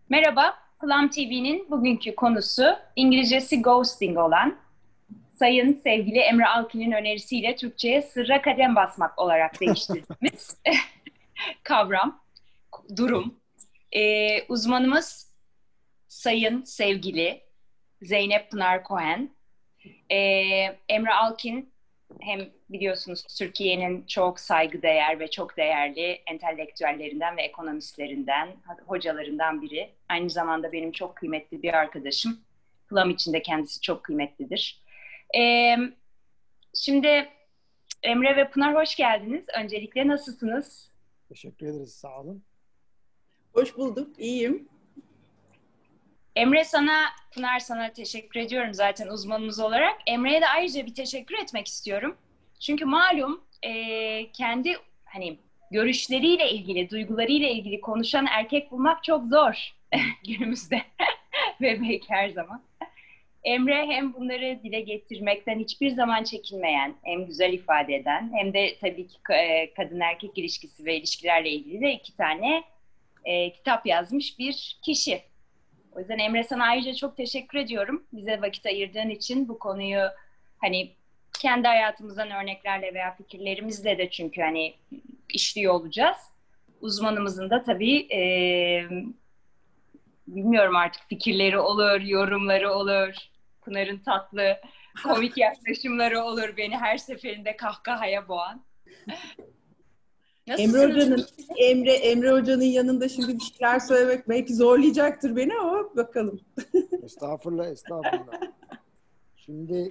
Merhaba, Plum TV'nin bugünkü konusu İngilizcesi ghosting olan Sayın sevgili Emre Alkin'in önerisiyle Türkçe'ye sırra kadem basmak olarak değiştirdiğimiz kavram, durum. Uzmanımız Sayın sevgili Zeynep Pınar Cohen. Emre Alkin hem biliyorsunuz Türkiye'nin çok saygıdeğer ve çok değerli entelektüellerinden ve ekonomistlerinden, hocalarından biri. Aynı zamanda benim çok kıymetli bir arkadaşım. Plum için de kendisi çok kıymetlidir. Ee, Şimdi Emre ve Pınar hoş geldiniz. Öncelikle nasılsınız? Teşekkür ederiz. Sağ olun. Hoş bulduk, iyiyim. Emre sana, Pınar sana teşekkür ediyorum zaten uzmanımız olarak. Emre'ye de ayrıca bir teşekkür etmek istiyorum. Çünkü malum kendi hani görüşleriyle ilgili, duygularıyla ilgili konuşan erkek bulmak çok zor günümüzde ve belki her zaman. Emre hem bunları dile getirmekten hiçbir zaman çekinmeyen, hem güzel ifade eden, hem de tabii ki kadın erkek ilişkisi ve ilişkilerle ilgili de iki tane kitap yazmış bir kişi. O yüzden Emre sana ayrıca çok teşekkür ediyorum. Bize vakit ayırdığın için bu konuyu hani kendi hayatımızdan örneklerle veya fikirlerimizle de çünkü hani işliyor olacağız. Uzmanımızın da tabii bilmiyorum artık fikirleri olur, yorumları olur. Pınar'ın tatlı, komik yaklaşımları olur beni her seferinde kahkahaya boğan. Emre Nasılsınız? Hoca'nın Emre Hoca'nın yanında şimdi bir şeyler söylemek belki zorlayacaktır beni ama bakalım. Estağfurullah, estağfurullah. Şimdi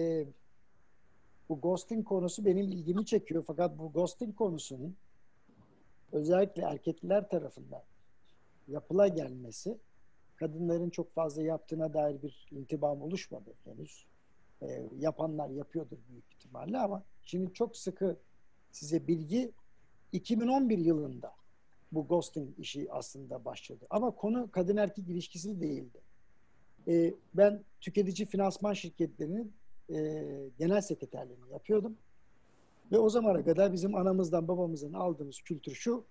bu ghosting konusu benim ilgimi çekiyor. Fakat bu ghosting konusunun özellikle erkekler tarafından yapıla gelmesi, kadınların çok fazla yaptığına dair bir intibam oluşmadı henüz. Yapanlar yapıyordur büyük ihtimalle ama şimdi çok sıkı size bilgi 2011 yılında bu ghosting işi aslında başladı. Ama konu kadın erkek ilişkisi değildi. Ben tüketici finansman şirketlerinin genel sekreterliğini yapıyordum. Ve o zamana kadar bizim anamızdan babamızdan aldığımız kültür şu: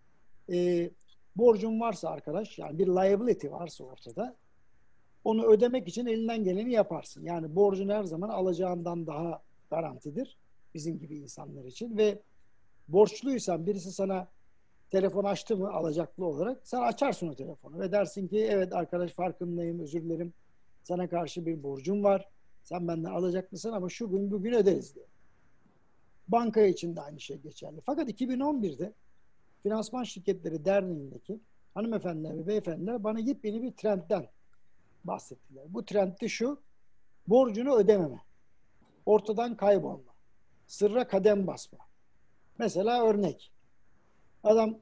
borcun varsa arkadaş, yani bir liability varsa ortada, onu ödemek için elinden geleni yaparsın. Yani borcun her zaman alacağından daha garantidir bizim gibi insanlar için. Ve borçluysan birisi sana telefon açtı mı alacaklı olarak, sen açarsın o telefonu ve dersin ki evet arkadaş, farkındayım, özür dilerim, sana karşı bir borcum var, sen benden alacaklısın ama şu gün bugün öderiz diye. Banka için de aynı şey geçerli. Fakat 2011'de Finansman Şirketleri Derneği'ndeki hanımefendiler ve beyefendiler bana yepyeni bir trendten bahsettiler. Bu trend de şu: borcunu ödememe, ortadan kaybolma, sırra kadem basma. Mesela örnek: adam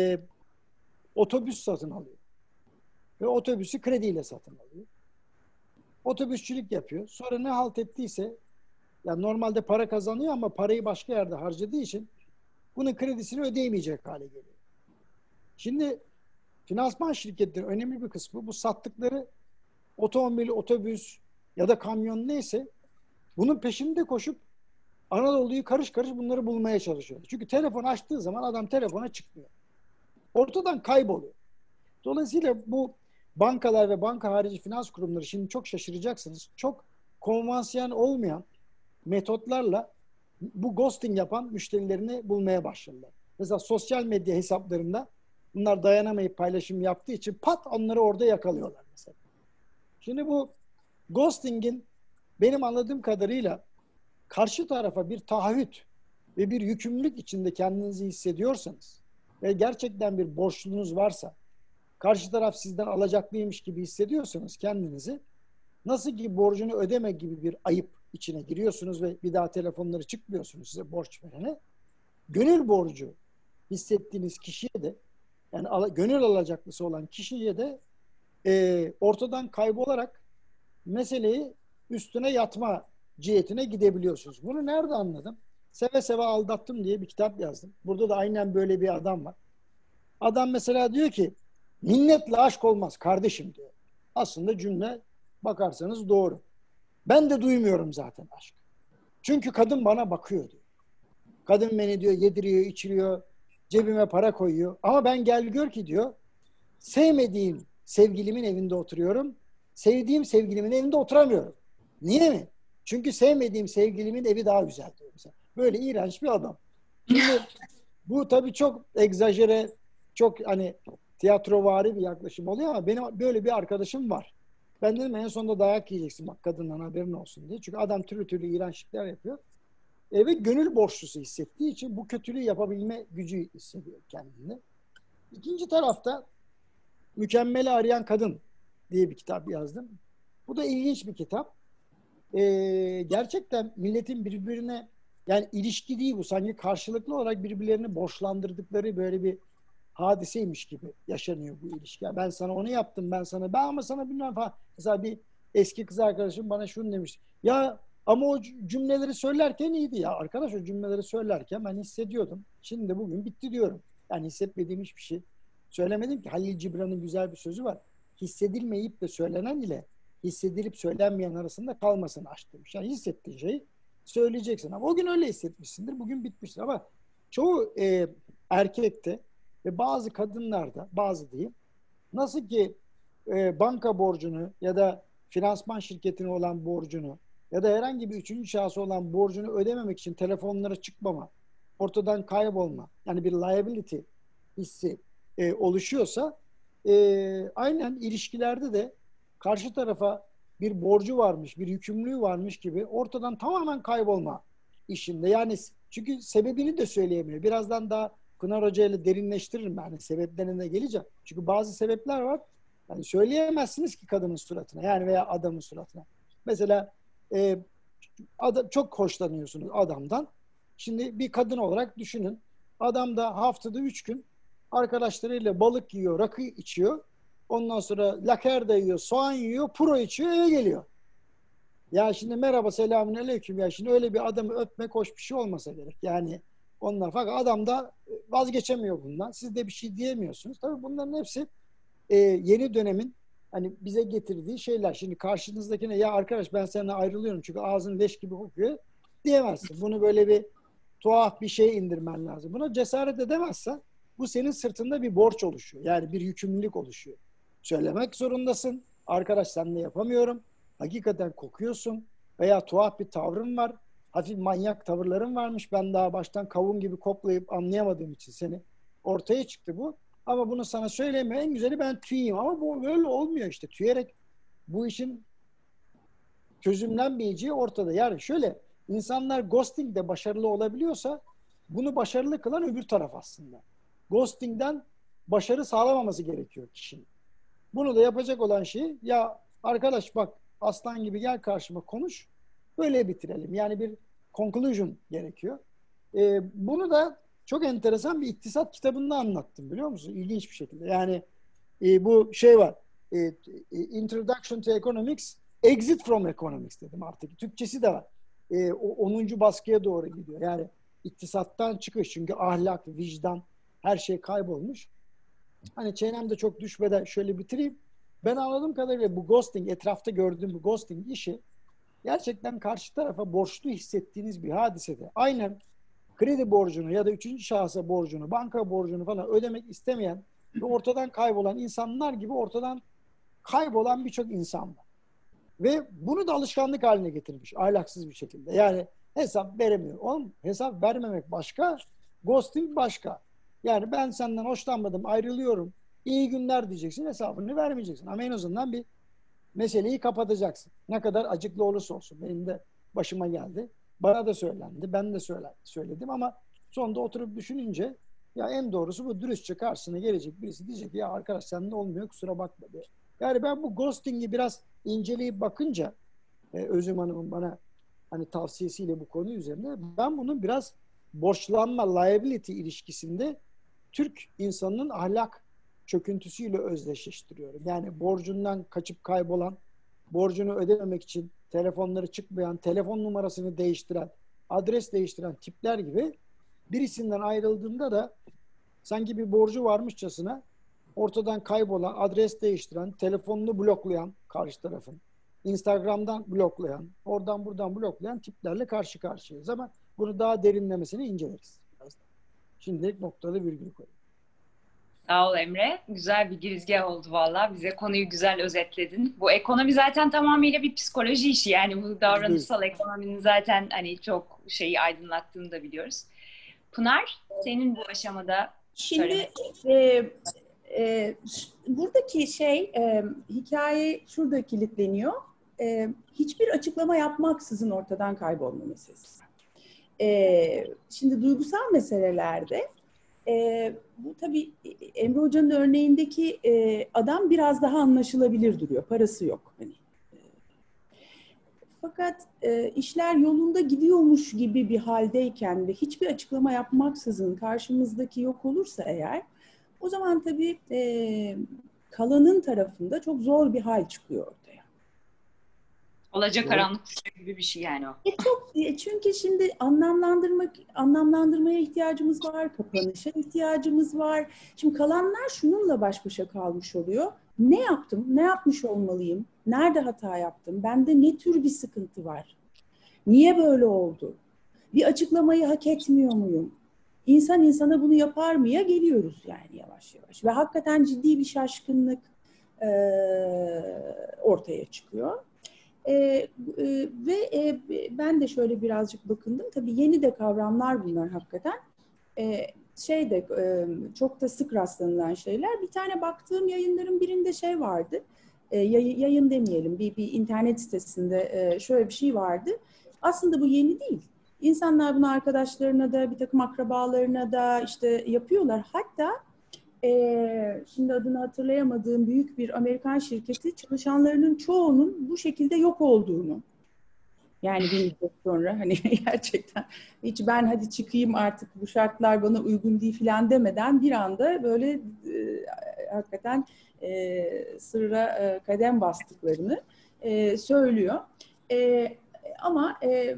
otobüs satın alıyor ve otobüsü krediyle satın alıyor. Otobüsçülük yapıyor. Sonra ne halt ettiyse, yani normalde para kazanıyor ama parayı başka yerde harcadığı için bunun kredisini ödeyemeyecek hale geliyor. Şimdi finansman şirketleri önemli bir kısmı bu sattıkları otomobil, otobüs ya da kamyon neyse bunun peşinde koşup Anadolu'yu karış karış bunları bulmaya çalışıyor. Çünkü telefon açtığı zaman adam telefona çıkmıyor. Ortadan kayboluyor. Dolayısıyla bu bankalar ve banka harici finans kurumları şimdi çok şaşıracaksınız. Çok konvansiyon olmayan metotlarla bu ghosting yapan müşterilerini bulmaya başladılar. Mesela sosyal medya hesaplarında bunlar dayanamayıp paylaşım yaptığı için pat onları orada yakalıyorlar mesela. Şimdi bu ghosting'in benim anladığım kadarıyla karşı tarafa bir taahhüt ve bir yükümlülük içinde kendinizi hissediyorsanız ve gerçekten bir borçlunuz varsa, karşı taraf sizden alacaklıymış gibi hissediyorsanız kendinizi, nasıl ki borcunu ödeme gibi bir ayıp içine giriyorsunuz ve bir daha telefonları çıkmıyorsunuz size borç verene, gönül borcu hissettiğiniz kişiye de, yani gönül alacaklısı olan kişiye de ortadan kaybolarak meseleyi üstüne yatma cihetine gidebiliyorsunuz. Bunu nerede anladım? Seve seve aldattım diye bir kitap yazdım. Burada da aynen böyle bir adam var. Adam mesela diyor ki minnetle aşk olmaz kardeşim diyor. Aslında cümle bakarsanız doğru. Ben de duymuyorum zaten aşk. Çünkü kadın bana bakıyor diyor. Kadın beni diyor yediriyor, içiriyor, cebime para koyuyor. Ama ben gel gör ki diyor, sevmediğim sevgilimin evinde oturuyorum. Sevdiğim sevgilimin evinde oturamıyorum. Niye mi? Çünkü sevmediğim sevgilimin evi daha güzel diyor mesela. Böyle iğrenç bir adam. Şimdi bu tabii çok egzajere, çok hani tiyatrovari bir yaklaşım oluyor ama benim böyle bir arkadaşım var. Ben dedim en sonunda dayak yiyeceksin bak kadından haberin olsun diye. Çünkü adam türlü türlü iğrençlikler yapıyor. Ve gönül borçlusu hissettiği için bu kötülüğü yapabilme gücü hissediyor kendinde. İkinci tarafta Mükemmeli Arayan Kadın diye bir kitap yazdım. Bu da ilginç bir kitap. Gerçekten milletin birbirine yani ilişki değil bu. Sanki karşılıklı olarak birbirlerini borçlandırdıkları böyle bir hadiseymiş gibi yaşanıyor bu ilişki. Ben sana onu yaptım, ben ama sana bilmem falan. Mesela bir eski kız arkadaşım bana şunu demiş. Ya ama o cümleleri söylerken iyiydi ya. Arkadaş o cümleleri söylerken ben hissediyordum. Şimdi de bugün bitti diyorum. Yani hissetmediğim hiçbir şey söylemedim ki. Halil Cibran'ın güzel bir sözü var. Hissedilmeyip de söylenen ile hissedilip söylenmeyen arasında kalmasın aşk demiş. Yani hissettiğin şeyi söyleyeceksin. Ama o gün öyle hissetmişsindir. Bugün bitmiştir. Ama çoğu erkekte ve bazı kadınlarda, bazı diyeyim, nasıl ki banka borcunu ya da finansman şirketine olan borcunu ya da herhangi bir üçüncü şahsı olan borcunu ödememek için telefonlara çıkmama, ortadan kaybolma, yani bir liability hissi oluşuyorsa aynen ilişkilerde de karşı tarafa bir borcu varmış, bir yükümlülüğü varmış gibi ortadan tamamen kaybolma işinde. Yani çünkü sebebini de söyleyemiyor. Birazdan daha Pınar Hoca ile derinleştiririm yani sebeplerine geleceğim. Çünkü bazı sebepler var. Yani söyleyemezsiniz ki kadının suratına yani veya adamın suratına. Mesela çok hoşlanıyorsunuz adamdan. Şimdi bir kadın olarak düşünün. Adam da haftada 3 gün arkadaşlarıyla balık yiyor, rakı içiyor. Ondan sonra lakerda yiyor, soğan yiyor, puro içiyor, eve geliyor. Ya şimdi merhaba selamünaleyküm ya şimdi öyle bir adamı öpmek hoş bir şey olmasa gerek. Yani ondan fakat adam da vazgeçemiyor bundan. Siz de bir şey diyemiyorsunuz. Tabii bunların hepsi yeni dönemin hani bize getirdiği şeyler. Şimdi karşınızdakine ya arkadaş ben seninle ayrılıyorum çünkü ağzın leş gibi kokuyor diyemezsin. Bunu böyle bir tuhaf bir şey indirmen lazım. Buna cesaret edemezsen bu senin sırtında bir borç oluşuyor. Yani bir yükümlülük oluşuyor. Söylemek zorundasın. Arkadaş seninle yapamıyorum. Hakikaten kokuyorsun veya tuhaf bir tavrın var. Hafif manyak tavırların varmış. Ben daha baştan kavun gibi koklayıp anlayamadığım için seni ortaya çıktı bu. Ama bunu sana söylemiyor. En güzeli ben tüyeyim. Ama bu böyle olmuyor işte. Tüyerek bu işin çözümlenmeyeceği ortada. Yani şöyle insanlar ghosting'de başarılı olabiliyorsa bunu başarılı kılan öbür taraf aslında. Ghosting'den başarı sağlamaması gerekiyor kişinin. Bunu da yapacak olan şey ya arkadaş bak aslan gibi gel karşıma konuş böyle bitirelim. Yani bir conclusion gerekiyor. Bunu da çok enteresan bir iktisat kitabında anlattım biliyor musun? İlginç bir şekilde. Yani bu şey var. Introduction to Economics, Exit from Economics dedim artık. Türkçesi de var. O 10. baskıya doğru gidiyor. Yani iktisattan çıkış. Çünkü ahlak, vicdan her şey kaybolmuş. Hani çenemde çok düşmeden şöyle bitireyim. Ben anladığım kadarıyla bu ghosting, etrafta gördüğüm bu ghosting işi gerçekten karşı tarafa borçlu hissettiğiniz bir hadisede. Aynen kredi borcunu ya da üçüncü şahsa borcunu, banka borcunu falan ödemek istemeyen ve ortadan kaybolan insanlar gibi ortadan kaybolan birçok insan var. Ve bunu da alışkanlık haline getirmiş ahlaksız bir şekilde. Yani hesap veremiyor. Oğlum hesap vermemek başka, ghosting başka. Yani ben senden hoşlanmadım, ayrılıyorum. İyi günler diyeceksin, hesabını vermeyeceksin. Ama en azından bir meseleyi kapatacaksın. Ne kadar acıklı olursa olsun. Benim de başıma geldi. Bana da söylendi. Ben de söyledim ama sonunda oturup düşününce ya en doğrusu bu dürüstçe karşısına gelecek birisi diyecek ya arkadaş sende olmuyor kusura bakma diye. Yani ben bu ghosting'i biraz inceleyip bakınca Özüm Hanım'ın bana hani tavsiyesiyle bu konu üzerinde ben bunun biraz borçlanma liability ilişkisinde Türk insanının ahlak çöküntüsüyle özdeşleştiriyorum. Yani borcundan kaçıp kaybolan, borcunu ödememek için telefonları çıkmayan, telefon numarasını değiştiren, adres değiştiren tipler gibi birisinden ayrıldığında da sanki bir borcu varmışçasına ortadan kaybolan, adres değiştiren, telefonunu bloklayan karşı tarafın, Instagram'dan bloklayan, oradan buradan bloklayan tiplerle karşı karşıyayız. Ama bunu daha derinlemesine inceleriz. Şimdilik noktalı virgül koyayım. Sağ ol Emre. Güzel bir girizgah oldu valla. Bize konuyu güzel özetledin. Bu ekonomi zaten tamamıyla bir psikoloji işi. Yani bu %100. davranışsal ekonominin zaten hani çok şeyi aydınlattığını da biliyoruz. Pınar, senin bu aşamada Şimdi söylemek. buradaki hikaye şurada kilitleniyor. Hiçbir açıklama yapmaksızın ortadan kaybolma meselesi. Şimdi duygusal meselelerde bu tabii Emre Hoca'nın örneğindeki adam biraz daha anlaşılabilir duruyor. Parası yok. Hani. Fakat işler yolunda gidiyormuş gibi bir haldeyken ve hiçbir açıklama yapmaksızın karşımızdaki yok olursa eğer, o zaman tabii kalanın tarafında çok zor bir hal çıkıyor ortaya. Olacak karanlık kuşu gibi bir şey yani o. Çünkü şimdi anlamlandırmaya ihtiyacımız var, kapanışa ihtiyacımız var. Şimdi kalanlar şununla baş başa kalmış oluyor. Ne yaptım? Ne yapmış olmalıyım? Nerede hata yaptım? Bende ne tür bir sıkıntı var? Niye böyle oldu? Bir açıklamayı hak etmiyor muyum? İnsan insana bunu yapar mıya geliyoruz yani yavaş yavaş. Ve hakikaten ciddi bir şaşkınlık ortaya çıkıyor. Ben de şöyle birazcık bakındım. Tabii yeni de kavramlar bunlar hakikaten. Çok da sık rastlanılan şeyler. Bir tane baktığım yayınların birinde şey vardı. Yayın demeyelim, bir internet sitesinde şöyle bir şey vardı. Aslında bu yeni değil. İnsanlar bunu arkadaşlarına da, bir takım akrabalarına da işte yapıyorlar. Hatta şimdi adını hatırlayamadığım büyük bir Amerikan şirketi çalışanlarının çoğunun bu şekilde yok olduğunu, yani bir müddet sonra hani gerçekten hiç ben hadi çıkayım artık bu şartlar bana uygun değil falan demeden bir anda böyle hakikaten sırra kadem bastıklarını söylüyor. Ama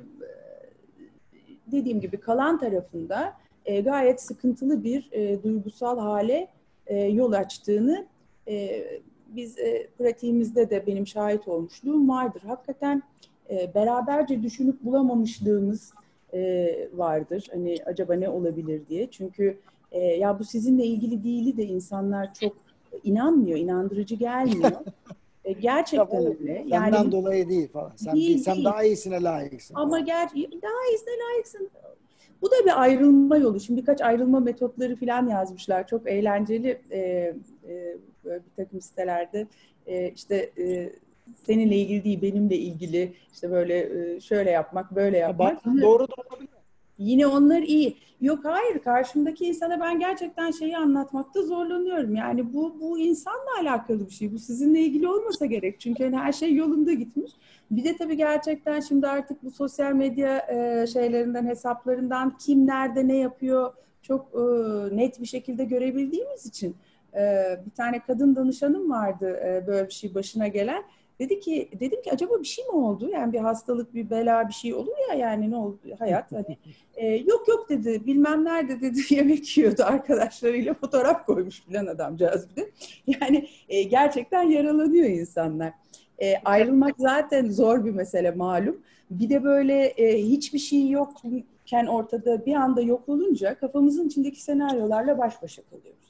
dediğim gibi kalan tarafında gayet sıkıntılı bir duygusal hale yol açtığını biz pratiğimizde de benim şahit olmuşluğum vardır. Hakikaten beraberce düşünüp bulamamışlığımız vardır. Hani acaba ne olabilir diye. Çünkü ya bu sizinle ilgili değili de insanlar çok inanmıyor, inandırıcı gelmiyor. Gerçekten öyle. Yani Senden dolayı değil falan. Sen değil. daha iyisine layıksın Ama falan. daha iyisine layıksın. Bu da bir ayrılma yolu. Şimdi birkaç ayrılma metotları falan yazmışlar. Çok eğlenceli böyle bir takım sitelerde işte seninle ilgili değil benimle ilgili işte böyle şöyle yapmak böyle yapmak. Doğru da olabilir. Yine onlar iyi. Yok hayır karşımdaki insana ben gerçekten şeyi anlatmakta zorlanıyorum. Yani bu insanla alakalı bir şey. Bu sizinle ilgili olmasa gerek. Çünkü hani her şey yolunda gitmiş. Bir de tabii gerçekten şimdi artık bu sosyal medya şeylerinden, hesaplarından kim nerede ne yapıyor çok net bir şekilde görebildiğimiz için bir tane kadın danışanım vardı böyle bir şey başına gelen. Dedim ki acaba bir şey mi oldu? Yani bir hastalık, bir bela bir şey olur ya yani ne oldu hayat hani. Yok dedi bilmem nerede dedi yemek yiyordu arkadaşlarıyla fotoğraf koymuş filan adamcağız bir de. Yani gerçekten yaralanıyor insanlar. Ayrılmak zaten zor bir mesele malum. Bir de böyle hiçbir şey yokken ortada bir anda yok olunca kafamızın içindeki senaryolarla baş başa kalıyoruz.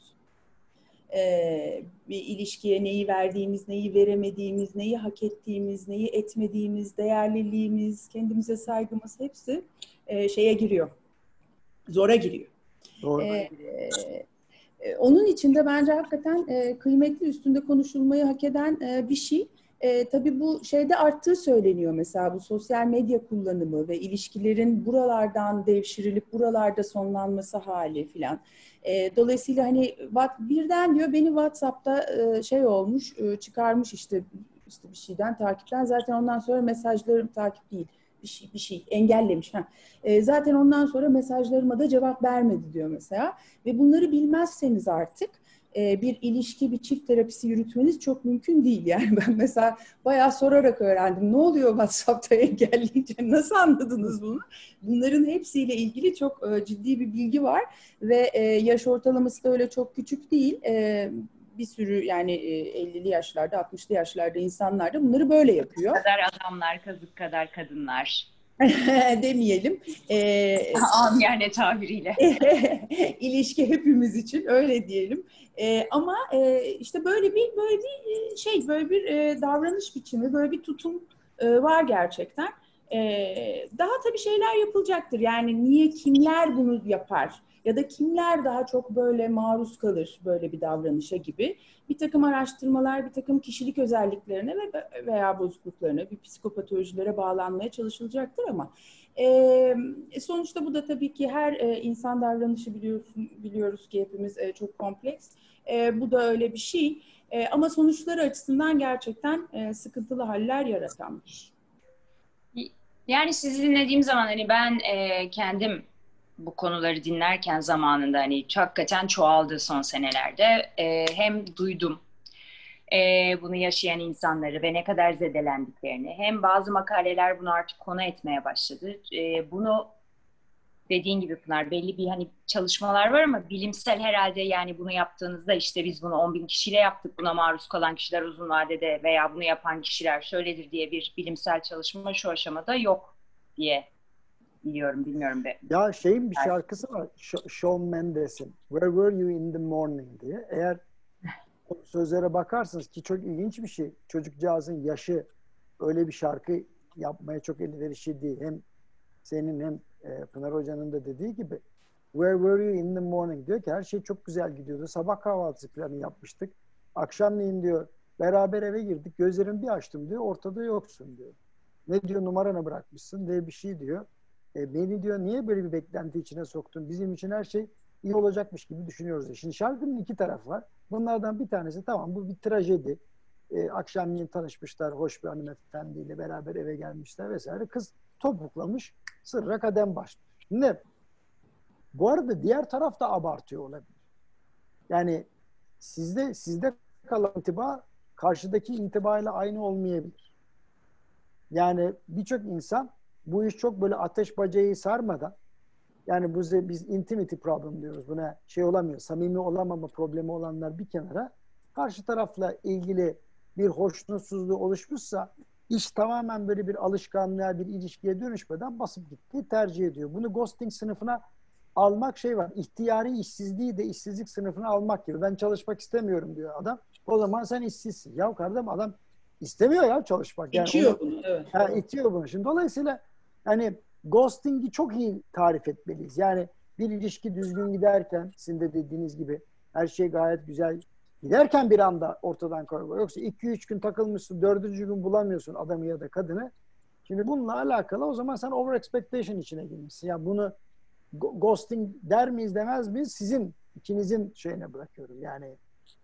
Bir ilişkiye neyi verdiğimiz, neyi veremediğimiz, neyi hak ettiğimiz, neyi etmediğimiz, değerliliğimiz, kendimize saygımız hepsi şeye giriyor. Zora giriyor. Doğru. Onun için de bence hakikaten kıymetli üstünde konuşulmayı hak eden bir şey. Tabii bu şeyde arttığı söyleniyor mesela bu sosyal medya kullanımı ve ilişkilerin buralardan devşirilip buralarda sonlanması hali filan. Dolayısıyla hani birden diyor beni WhatsApp'ta şey olmuş çıkarmış işte bir şeyden takipten zaten ondan sonra mesajlarım takip değil bir şey engellemiş. Zaten ondan sonra mesajlarıma da cevap vermedi diyor mesela. Ve bunları bilmezseniz artık bir ilişki, bir çift terapisi yürütmeniz çok mümkün değil. Yani ben mesela bayağı sorarak öğrendim. Ne oluyor WhatsApp'ta engelleyince? Nasıl anladınız bunu? Bunların hepsiyle ilgili çok ciddi bir bilgi var ve yaş ortalaması da öyle çok küçük değil. Bir sürü yani 50'li yaşlarda, 60'lı yaşlarda insanlar da bunları böyle yapıyor. Kadar adamlar, kazık kadar kadınlar. demeyelim. Amiyane tabiriyle. İlişki hepimiz için öyle diyelim. Ama işte böyle bir şey, böyle bir davranış biçimi, böyle bir tutum var gerçekten. Daha tabii şeyler yapılacaktır. Yani niye, kimler bunu yapar? Ya da kimler daha çok böyle maruz kalır böyle bir davranışa gibi. Bir takım araştırmalar, bir takım kişilik özelliklerine veya bozukluklarına, bir psikopatolojilere bağlanmaya çalışılacaktır ama sonuçta bu da tabii ki her insan davranışı biliyoruz ki hepimiz çok kompleks. Bu da öyle bir şey. Ama sonuçları açısından gerçekten sıkıntılı haller yaratan bir şey. Yani sizi dinlediğim zaman hani ben kendim bu konuları dinlerken zamanında hani hakikaten çoğaldı son senelerde. Hem duydum bunu yaşayan insanları ve ne kadar zedelendiklerini. Hem bazı makaleler bunu artık konu etmeye başladı. Bunu dediğin gibi Pınar belli bir hani çalışmalar var ama bilimsel herhalde yani bunu yaptığınızda işte biz bunu 10.000 kişiyle yaptık. Buna maruz kalan kişiler uzun vadede veya bunu yapan kişiler şöyledir diye bir bilimsel çalışma şu aşamada yok diye biliyorum, bilmiyorum be. Ya şeyin bir şarkısı var, Shawn Mendes'in Where Were You in the Morning diye. Eğer sözlere bakarsınız ki çok ilginç bir şey. Çocukcağızın yaşı öyle bir şarkı yapmaya çok elverişli değil. Hem senin hem Pınar Hoca'nın da dediği gibi Where Were You in the Morning diyor ki her şey çok güzel gidiyordu. Sabah kahvaltısı planı yapmıştık. Akşamleyin diyor beraber eve girdik. Gözlerimi bir açtım diyor. Ortada yoksun diyor. Ne diyor numaranı bırakmışsın diye bir şey diyor. Beni diyor niye böyle bir beklenti içine soktun? Bizim için her şey iyi olacakmış gibi düşünüyoruz. Şimdi şarkının iki tarafı var. Bunlardan bir tanesi tamam bu bir trajedi. Akşamleyin tanışmışlar. Hoş bir hanımefendiyle beraber eve gelmişler vesaire. Kız topuklamış. Sırra kadem başlıyor. Şimdi bu arada diğer taraf da abartıyor olabilir. Yani sizde kalan intiba karşıdaki intibayla aynı olmayabilir. Yani birçok insan bu iş çok böyle ateş bacayı sarmadan yani biz intimity problem diyoruz. Buna şey olamıyor. Samimi olamama problemi olanlar bir kenara karşı tarafla ilgili bir hoşnutsuzluğu oluşmuşsa iş tamamen böyle bir alışkanlığa, bir ilişkiye dönüşmeden basıp gitmeyi tercih ediyor. Bunu ghosting sınıfına almak şey var. İhtiyari işsizliği de işsizlik sınıfına almak gibi. Ben çalışmak istemiyorum diyor adam. O zaman sen işsizsin. Ya kardeşim adam istemiyor ya çalışmak. Yani İçiyor bunu. Evet. İtiyor bunu. Şimdi dolayısıyla hani ghosting'i çok iyi tarif etmeliyiz. Yani bir ilişki düzgün giderken sizin de dediğiniz gibi her şey gayet güzel giderken bir anda ortadan kayboluyor. Yoksa 2-3 gün takılmışsın 4. gün bulamıyorsun adamı ya da kadını. Şimdi bununla alakalı o zaman sen over expectation içine girmişsin. Yani bunu ghosting der miyiz demez miyiz sizin ikinizin şeyine bırakıyorum. Yani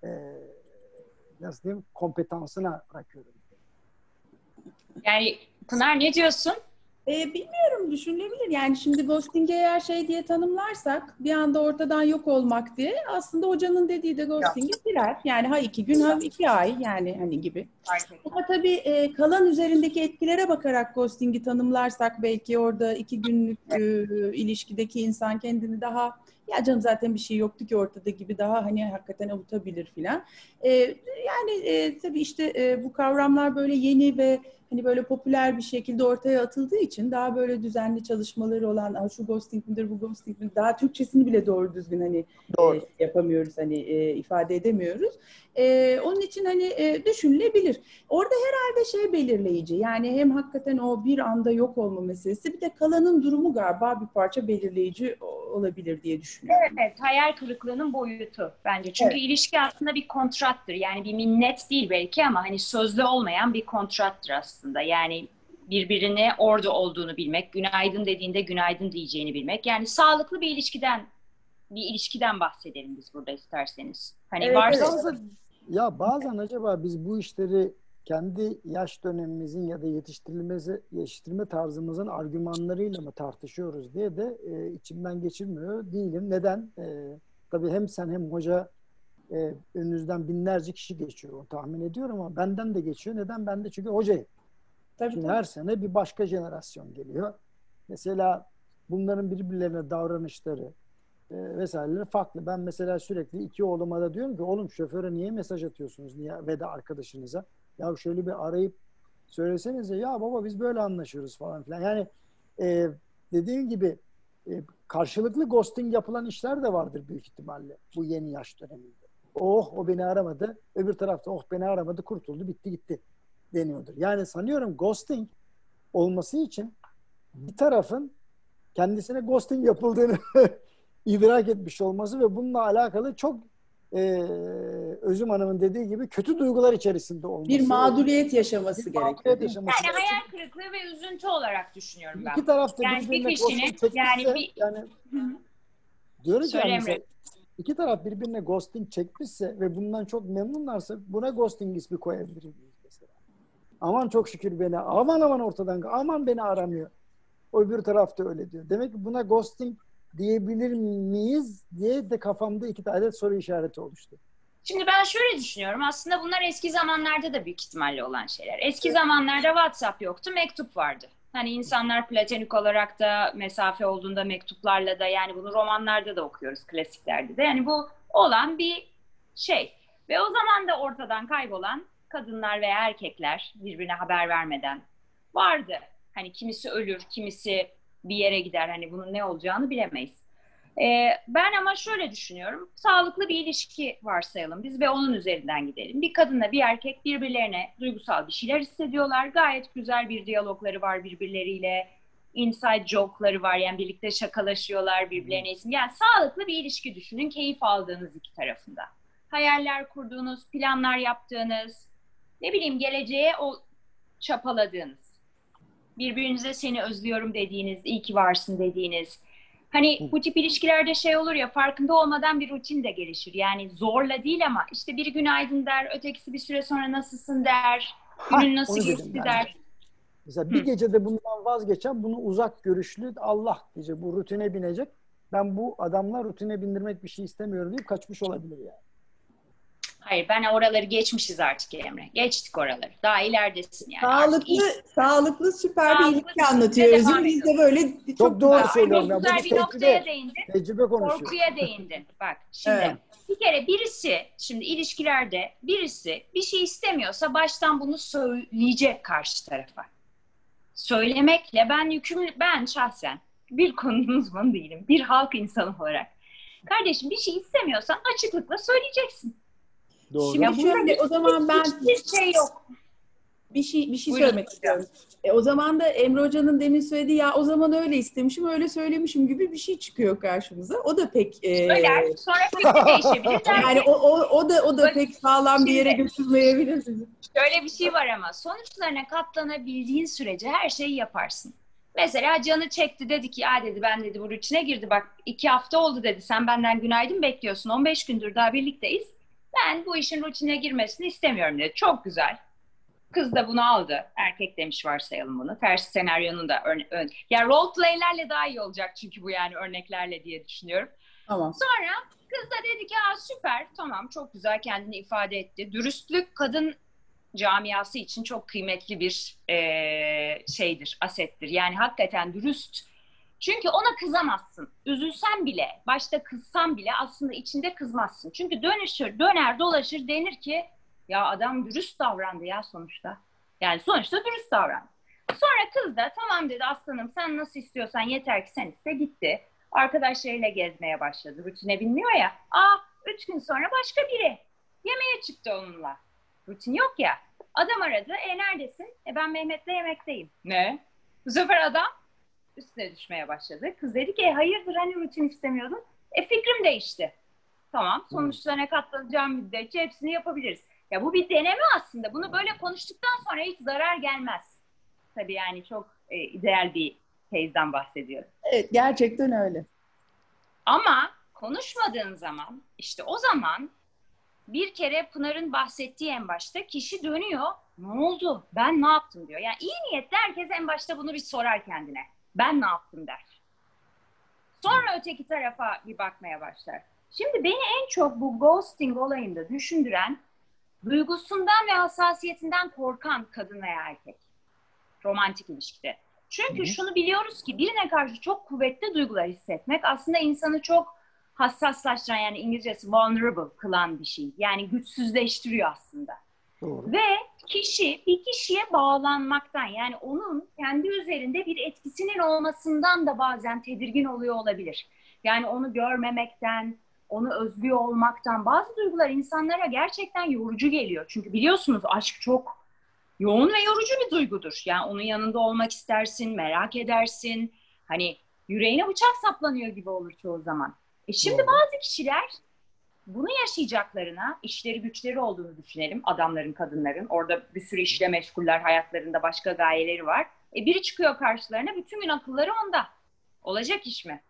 nasıl diyeyim kompetansına bırakıyorum. Yani Pınar ne diyorsun? Bilmiyorum, düşünülebilir. Yani şimdi ghosting'i eğer şey diye tanımlarsak bir anda ortadan yok olmak diye aslında hocanın dediği de ghosting'e girer. Yani ha 2 gün ha 2 ay yani hani gibi. Ama tabii kalan üzerindeki etkilere bakarak ghosting'i tanımlarsak belki orada 2 günlük ilişkideki insan kendini daha ya canım zaten bir şey yoktu ki ortada gibi daha hani hakikaten avutabilir filan. Yani tabii işte bu kavramlar böyle yeni ve hani böyle popüler bir şekilde ortaya atıldığı için daha böyle düzenli çalışmaları olan şu ghosting midir bu ghosting midir daha Türkçesini bile doğru düzgün hani yapamıyoruz hani ifade edemiyoruz. Onun için hani düşünülebilir. Orada herhalde şey belirleyici yani hem hakikaten o bir anda yok olma meselesi bir de kalanın durumu galiba bir parça belirleyici olabilir diye düşünüyorum. Evet, hayal kırıklığının boyutu bence. Çünkü evet. İlişki aslında bir kontrattır. Yani bir minnet değil belki ama hani sözlü olmayan bir kontrattır aslında. Yani birbirine orada olduğunu bilmek, günaydın dediğinde günaydın diyeceğini bilmek. Yani sağlıklı bir ilişkiden bahsedelim biz burada isterseniz. Hani evet, varsa evet. Ya bazen acaba biz bu işleri kendi yaş dönemimizin ya da yetiştirme tarzımızın argümanlarıyla mı tartışıyoruz diye de içimden geçirmiyor değilim. Neden? Tabii hem sen hem hoca önünüzden binlerce kişi geçiyor. Onu tahmin ediyorum ama benden de geçiyor. Neden? Ben de çünkü hocayım. Şimdi her sene bir başka jenerasyon geliyor. Mesela bunların birbirlerine davranışları vesaireleri farklı. Ben mesela sürekli iki oğluma da diyorum ki oğlum şoföre niye mesaj atıyorsunuz niye ve de arkadaşınıza? Ya şöyle bir arayıp söylesenize ya baba biz böyle anlaşıyoruz falan filan. Yani dediğim gibi karşılıklı ghosting yapılan işler de vardır büyük ihtimalle bu yeni yaş döneminde. Oh o beni aramadı. Öbür tarafta oh beni aramadı, kurtuldu, bitti gitti deniyordur. Yani sanıyorum ghosting olması için bir tarafın kendisine ghosting yapıldığını idrak etmiş olması ve bununla alakalı çok Özüm Hanım'ın dediği gibi kötü duygular içerisinde olması. Bir mağduriyet yaşaması gerekiyor. Yani hayal kırıklığı ve üzüntü olarak düşünüyorum ben. İki tarafta yani birbirine bir kişinin diyorum ki mesela iki taraf birbirine ghosting çekmişse ve bundan çok memnunlarsa buna ghosting ismi koyabiliriz mesela. Aman çok şükür beni, aman ortadan, aman beni aramıyor. O öbür tarafta öyle diyor. Demek ki buna ghosting diyebilir miyiz diye de kafamda iki tane soru işareti oluştu. Şimdi ben şöyle düşünüyorum. Aslında bunlar eski zamanlarda da büyük ihtimalle olan şeyler. Eski zamanlarda WhatsApp yoktu, mektup vardı. Hani insanlar platonik olarak da mesafe olduğunda mektuplarla da, yani bunu romanlarda da okuyoruz, klasiklerde de. Yani bu olan bir şey. Ve o zaman da ortadan kaybolan kadınlar veya erkekler birbirine haber vermeden vardı. Hani kimisi ölür, kimisi bir yere gider. Hani bunun ne olacağını bilemeyiz. Ben ama şöyle düşünüyorum. Sağlıklı bir ilişki varsayalım biz ve onun üzerinden gidelim. Bir kadınla bir erkek birbirlerine duygusal bir şeyler hissediyorlar. Gayet güzel bir diyalogları var birbirleriyle. Inside joke'ları var. Yani birlikte şakalaşıyorlar birbirlerine isim. Yani sağlıklı bir ilişki düşünün. Keyif aldığınız iki tarafında. Hayaller kurduğunuz, planlar yaptığınız, ne bileyim geleceğe o çapaladığınız. Birbirinize seni özlüyorum dediğiniz, iyi ki varsın dediğiniz. Hani bu tip ilişkilerde şey olur ya, farkında olmadan bir rutin de gelişir. Yani zorla değil ama işte biri günaydın der, ötekisi bir süre sonra nasılsın der, günün nasıl geçti der. Mesela bir gecede bundan vazgeçen, bunu uzak görüşlü Allah diyecek, bu rutine binecek. Ben bu adamla rutine bindirmek bir şey istemiyorum deyip kaçmış olabilir yani. Hayır, ben oraları geçmişiz artık Emre. Geçtik oraları. Daha ileridesin yani. Sağlıklı süper bir ilişki anlatıyor Özüm. Biz de böyle çok doğru söylüyorum. Çok güzel bir noktaya değindin. Tecrübe konuşuyor. Korkuya değindin. Bak şimdi bir kere birisi, şimdi ilişkilerde birisi bir şey istemiyorsa baştan bunu söyleyecek karşı tarafa. Söylemekle ben şahsen bir konunun uzmanı değilim. Bir halk insanı olarak. Kardeşim bir şey istemiyorsan açıklıkla söyleyeceksin. Doğru. Şimdi şöyle, o zaman ben hiçbir şey yok. Bir şey söylemek istiyorum. O zaman da Emre Hoca'nın demin söylediği, ya o zaman öyle istemişim, öyle söylemişim gibi bir şey çıkıyor karşımıza. O da pek söyler, sonra fikri değişebilir. Yani o da pek sağlam bir yere götürmeyebilir sizi. Şöyle bir şey var ama sonuçlarına katlanabildiğin sürece her şeyi yaparsın. Mesela canı çekti, dedi ki ya dedi, ben dedi bu rutine girdi, bak 2 hafta oldu dedi, sen benden günaydın bekliyorsun, 15 gündür daha birlikteyiz. Ben bu işin rutine girmesini istemiyorum dedi. Çok güzel. Kız da bunu aldı. Erkek demiş varsayalım bunu. Tersi senaryonun da ya role play'lerle daha iyi olacak çünkü bu, yani örneklerle diye düşünüyorum. Tamam. Sonra kız da dedi ki süper, tamam, çok güzel kendini ifade etti. Dürüstlük kadın camiası için çok kıymetli bir şeydir, asettir. Yani hakikaten dürüst. Çünkü ona kızamazsın. Üzülsen bile, başta kızsan bile aslında içinde kızmazsın. Çünkü döner dolaşır denir ki ya adam dürüst davrandı ya sonuçta. Yani sonuçta dürüst davrandı. Sonra kız da tamam dedi, aslanım sen nasıl istiyorsan yeter ki sen iste, gitti. Arkadaşlarıyla gezmeye başladı. Rutine binmiyor ya. 3 gün sonra başka biri. Yemeğe çıktı onunla. Rutin yok ya. Adam aradı. Neredesin? Ben Mehmet'le yemekteyim. Ne? Bu sefer adam üstüne düşmeye başladı. Kız dedi ki hayırdır, hani rutin istemiyordun? Fikrim değişti. Tamam, sonuçlarına katlanacağım müddetçe hepsini yapabiliriz. Ya bu bir deneme aslında. Bunu böyle konuştuktan sonra hiç zarar gelmez. Tabii yani çok ideal bir tezden bahsediyorum. Evet, gerçekten öyle. Ama konuşmadığın zaman, işte o zaman bir kere Pınar'ın bahsettiği en başta kişi dönüyor. Ne oldu? Ben ne yaptım diyor. Yani iyi niyetli herkes en başta bunu bir sorar kendine. Ben ne yaptım der. Sonra öteki tarafa bir bakmaya başlar. Şimdi beni en çok bu ghosting olayında düşündüren, duygusundan ve hassasiyetinden korkan kadın veya erkek. Romantik ilişkide. Çünkü şunu biliyoruz ki birine karşı çok kuvvetli duygular hissetmek aslında insanı çok hassaslaştıran, yani İngilizcesi vulnerable kılan bir şey. Yani güçsüzleştiriyor aslında. Doğru. Ve kişi bir kişiye bağlanmaktan, yani onun kendi üzerinde bir etkisinin olmasından da bazen tedirgin oluyor olabilir. Yani onu görmemekten, onu özlüyor olmaktan, bazı duygular insanlara gerçekten yorucu geliyor. Çünkü biliyorsunuz aşk çok yoğun ve yorucu bir duygudur. Yani onun yanında olmak istersin, merak edersin. Hani yüreğine bıçak saplanıyor gibi olur çoğu zaman. Şimdi Doğru. bazı kişiler bunu yaşayacaklarına, işleri güçleri olduğunu düşünelim. Adamların, kadınların. Orada bir sürü işle meşguller, hayatlarında başka gayeleri var. Biri çıkıyor karşılarına, bütün gün akılları onda. Olacak iş mi?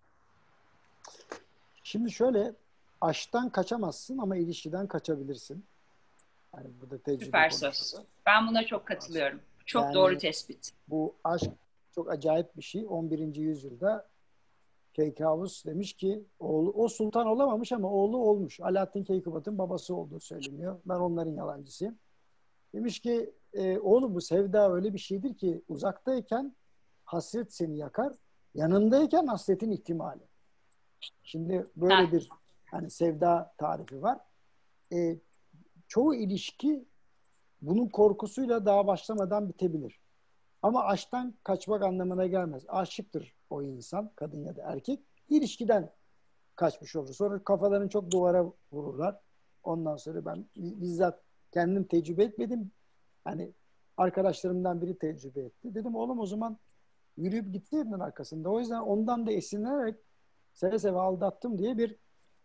Şimdi şöyle, aşktan kaçamazsın ama ilişkiden kaçabilirsin. Yani burada tecrübe Süper söz. konuşuyoruz. Ben buna çok katılıyorum. Çok doğru Yani tespit. bu aşk çok acayip bir şey. 11. yüzyılda Keykavus demiş ki oğlu, o sultan olamamış ama oğlu olmuş. Alaaddin Keykubat'ın babası olduğu söyleniyor. Ben onların yalancısıyım. Demiş ki oğlum bu sevda öyle bir şeydir ki uzaktayken hasret seni yakar, yanındayken hasretin ihtimali. Şimdi Heh, böyle bir hani sevda tarifi var. E, Çoğu ilişki bunun korkusuyla daha başlamadan bitebilir. Ama aşktan kaçmak anlamına gelmez. Aşıktır o insan, kadın ya da erkek. İlişkiden kaçmış olur. Sonra kafalarını çok duvara vururlar. Ondan sonra ben bizzat kendim tecrübe etmedim. Hani arkadaşlarımdan biri tecrübe etti. Dedim oğlum o zaman yürüyüp gitseydin arkasında. O yüzden ondan da esinlenerek seve seve aldattım diye bir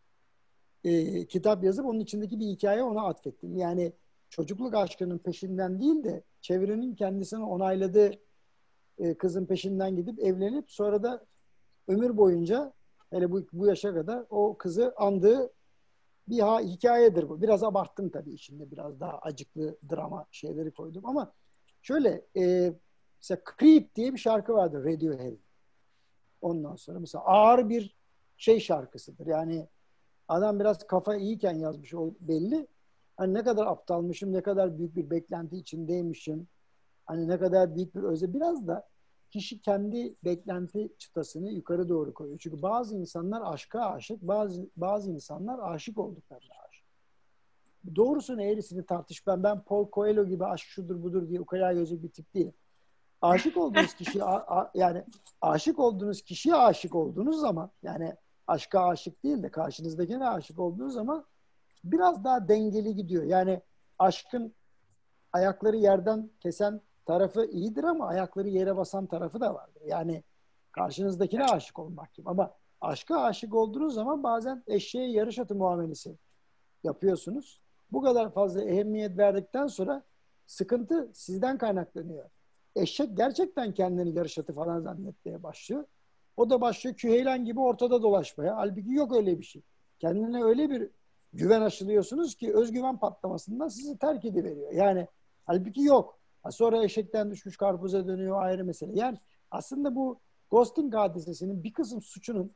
kitap yazıp onun içindeki bir hikaye ona atfettim. Yani çocukluk aşkının peşinden değil de çevrenin kendisini onayladığı kızın peşinden gidip evlenip sonra da ömür boyunca hele bu yaşa kadar o kızı andığı bir hikayedir bu. Biraz abarttım tabii içinde biraz daha acıklı drama şeyleri koydum ama şöyle mesela Creep diye bir şarkı vardır Radiohead'in. Ondan sonra mesela ağır bir şey şarkısıdır. Yani adam biraz kafa iyiyken yazmış o belli. Hani ne kadar aptalmışım, ne kadar büyük bir beklenti içindeymişim. Hani ne kadar büyük bir özle. Biraz da kişi kendi beklenti çıtasını yukarı doğru koyuyor. Çünkü bazı insanlar aşka aşık, bazı insanlar aşık olduklarına aşık. Doğrusunu eğrisini tartış. Ben Paul Coelho gibi aşk şudur budur diye ukala gözü bir tip değil. Aşık olduğunuz kişi yani aşık olduğunuz kişiye aşık olduğunuz zaman yani aşka aşık değil de karşınızdakine aşık olduğunuz zaman biraz daha dengeli gidiyor. Yani aşkın ayakları yerden kesen tarafı iyidir ama ayakları yere basan tarafı da vardır. Yani karşınızdakine aşık olmak gibi. Ama aşka aşık olduğunuz zaman bazen eşeğe yarış atı muamelesi yapıyorsunuz. Bu kadar fazla ehemmiyet verdikten sonra sıkıntı sizden kaynaklanıyor. Eşek gerçekten kendini yarış atı falan zannetmeye başlıyor. O da başlıyor küheylan gibi ortada dolaşmaya. Halbuki yok öyle bir şey. Kendine öyle bir güven aşılıyorsunuz ki özgüven patlamasından sizi terk ediveriyor. Yani halbuki yok. Sonra eşekten düşmüş karpuza dönüyor ayrı mesele. Yani aslında bu ghosting hadisesinin bir kısım suçunun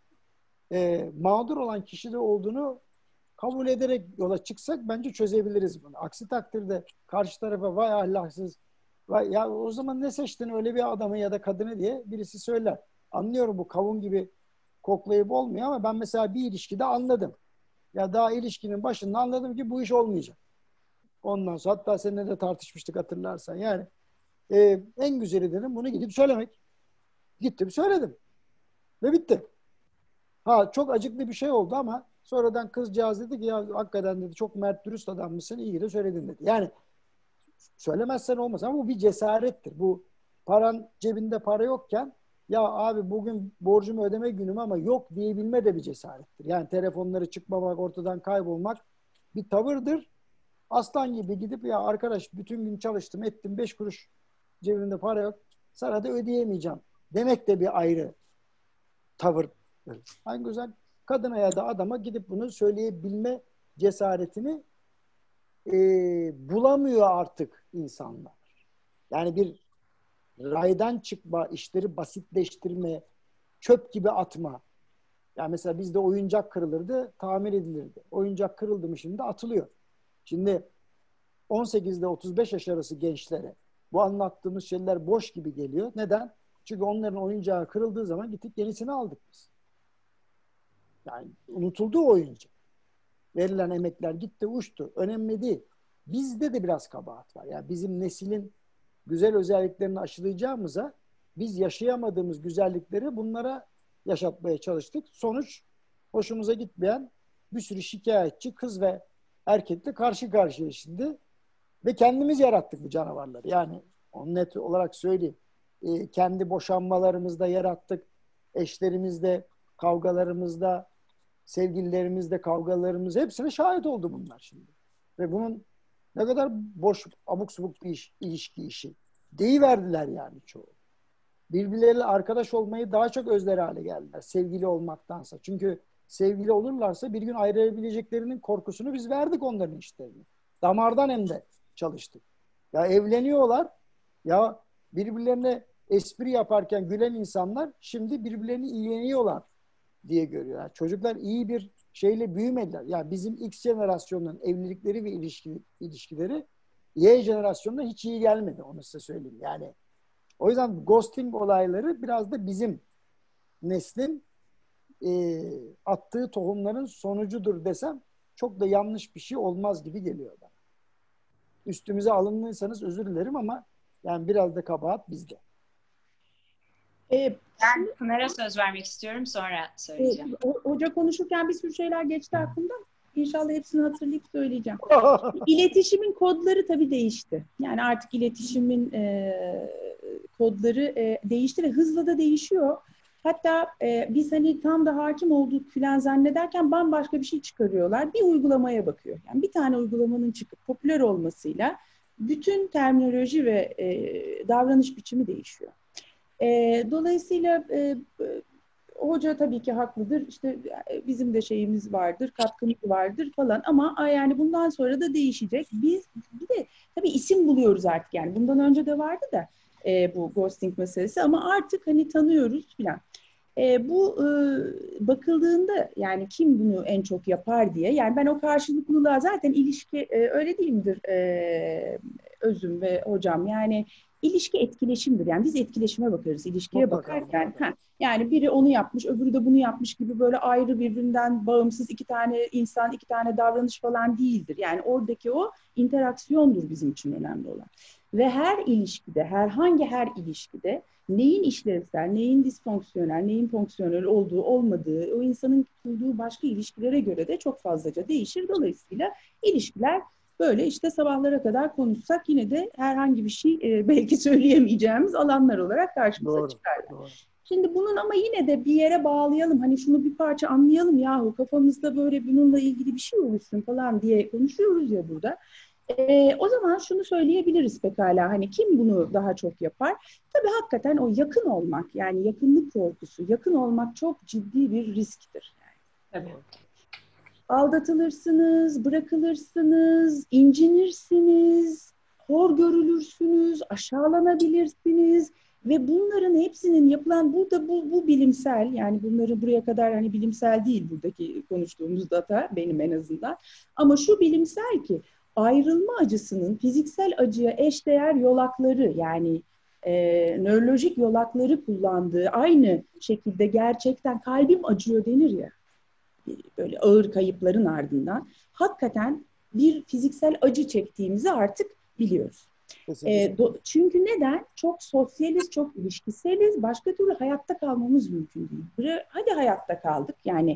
mağdur olan kişide olduğunu kabul ederek yola çıksak bence çözebiliriz bunu. Aksi takdirde karşı tarafa vay ahlaksız, vay ya o zaman ne seçtin öyle bir adamı ya da kadını diye birisi söyler. Anlıyorum bu kavun gibi koklayıp olmuyor ama ben mesela bir ilişkide anladım. Ya daha ilişkinin başında anladım ki bu iş olmayacak. Ondan sonra hatta seninle de tartışmıştık hatırlarsan. Yani en güzeli dedim bunu gidip söylemek. Gittim söyledim ve bitti. Ha çok acıklı bir şey oldu ama sonradan kızcağız dedi ki ya hakikaten dedi çok mert dürüst adam mısın iyi de söyledin dedi. Yani söylemezsen olmaz ama bu bir cesarettir. Bu paran cebinde para yokken ya abi bugün borcumu ödeme günüm ama yok diyebilme de bir cesarettir. Yani telefonları çıkmamak, ortadan kaybolmak bir tavırdır. Aslan gibi gidip ya arkadaş bütün gün çalıştım ettim 5 kuruş cebimde para yok sana da ödeyemeyeceğim demek de bir ayrı tavırdır. Hangi güzel kadına ya da adama gidip bunu söyleyebilme cesaretini bulamıyor artık insanlar. Yani bir raydan çıkma, işleri basitleştirme, çöp gibi atma. Yani mesela bizde oyuncak kırılırdı, tamir edilirdi. Oyuncak kırıldı mı şimdi atılıyor. Şimdi 18 ile 35 yaş arası gençlere bu anlattığımız şeyler boş gibi geliyor. Neden? Çünkü onların oyuncağı kırıldığı zaman gittik yenisini aldık biz. Yani unutuldu o oyuncak. Verilen emekler gitti uçtu. Önemli değil. bizde de biraz kabahat var. Yani bizim neslin güzel özelliklerini aşılayacağımıza biz yaşayamadığımız güzellikleri bunlara yaşatmaya çalıştık. Sonuç hoşumuza gitmeyen bir sürü şikayetçi kız ve erkekle karşı karşıya şimdi ve kendimiz yarattık bu canavarları. Yani onu net olarak söyleyeyim. Kendi boşanmalarımızda yarattık. Eşlerimizde, kavgalarımızda, sevgililerimizde, kavgalarımız hepsine şahit oldu bunlar şimdi. Ve bunun ne kadar boş, abuk subuk bir ilişki işi. Deyiverdiler yani çoğu. Birbirleriyle arkadaş olmayı daha çok özler hale geldiler. Sevgili olmaktansa. Çünkü sevgili olurlarsa bir gün ayrılabileceklerinin korkusunu biz verdik onların işlerini. Damardan hem de çalıştık. Ya evleniyorlar, ya birbirlerine espri yaparken gülen insanlar şimdi birbirlerini iğneliyorlar diye görüyor. Yani çocuklar iyi bir şeyle büyümediler. Yani bizim X jenerasyonunun evlilikleri ve ilişkileri Y jenerasyonuna hiç iyi gelmedi. Onu size söyleyeyim. Yani o yüzden ghosting olayları biraz da bizim neslin attığı tohumların sonucudur desem çok da yanlış bir şey olmaz gibi geliyor bana. Üstümüze alındıysanız özür dilerim ama yani biraz da kabahat bizde. Ben Pınar'a söz vermek istiyorum, sonra söyleyeceğim. Hoca konuşurken bir sürü şeyler geçti aklımdan. İnşallah hepsini hatırlayıp söyleyeceğim. İletişimin kodları tabii değişti. Yani artık iletişimin kodları değişti ve hızla da değişiyor. Hatta biz hani tam da hakim olduk filan zannederken bambaşka bir şey çıkarıyorlar. Bir uygulamaya bakıyor. Yani bir tane uygulamanın çıkıp popüler olmasıyla bütün terminoloji ve davranış biçimi değişiyor. Dolayısıyla hoca tabii ki haklıdır. İşte bizim de şeyimiz vardır, katkımız vardır falan ama yani bundan sonra da değişecek. Biz bir de tabii isim buluyoruz artık yani. Bundan önce de vardı da bu ghosting meselesi ama artık hani tanıyoruz filan. Bu bakıldığında yani kim bunu en çok yapar diye yani ben o karşılıklılığa zaten ilişki öyle değil midir Özüm ve hocam yani ilişki etkileşimdir. Yani biz etkileşime bakarız, ilişkiye Mutlaka, bakarken. Yani biri onu yapmış, öbürü de bunu yapmış gibi böyle ayrı birbirinden bağımsız iki tane insan, iki tane davranış falan değildir. Yani oradaki o interaksiyondur bizim için önemli olan. Ve her ilişkide, her ilişkide neyin işlevsel, neyin disfonksiyonel, neyin fonksiyonel olduğu, olmadığı, o insanın kurduğu başka ilişkilere göre de çok fazlaca değişir. Dolayısıyla ilişkiler böyle işte sabahlara kadar konuşsak yine de herhangi bir şey belki söyleyemeyeceğimiz alanlar olarak karşımıza çıkarlar. Doğru. Şimdi bunun ama yine de bir yere bağlayalım. Hani şunu bir parça anlayalım yahu kafamızda böyle bununla ilgili bir şey oluşsun falan diye konuşuyoruz ya burada. O zaman şunu söyleyebiliriz pekala. Hani kim bunu daha çok yapar? Tabii hakikaten o yakın olmak yani yakınlık korkusu. Yakın olmak çok ciddi bir risktir. Yani. Tabii. Aldatılırsınız, bırakılırsınız, incinirsiniz, hor görülürsünüz, aşağılanabilirsiniz ve bunların hepsinin yapılan burada bu bilimsel yani bunları buraya kadar hani bilimsel değil buradaki konuştuğumuz data benim en azından ama şu bilimsel ki ayrılma acısının fiziksel acıya eşdeğer yolakları yani nörolojik yolakları kullandığı aynı şekilde gerçekten kalbim acıyor denir ya. Böyle ağır kayıpların ardından hakikaten bir fiziksel acı çektiğimizi artık biliyoruz. Çünkü neden? Çok sosyaliz, çok ilişkiseliz. Başka türlü hayatta kalmamız mümkün değil. Hadi hayatta kaldık. Yani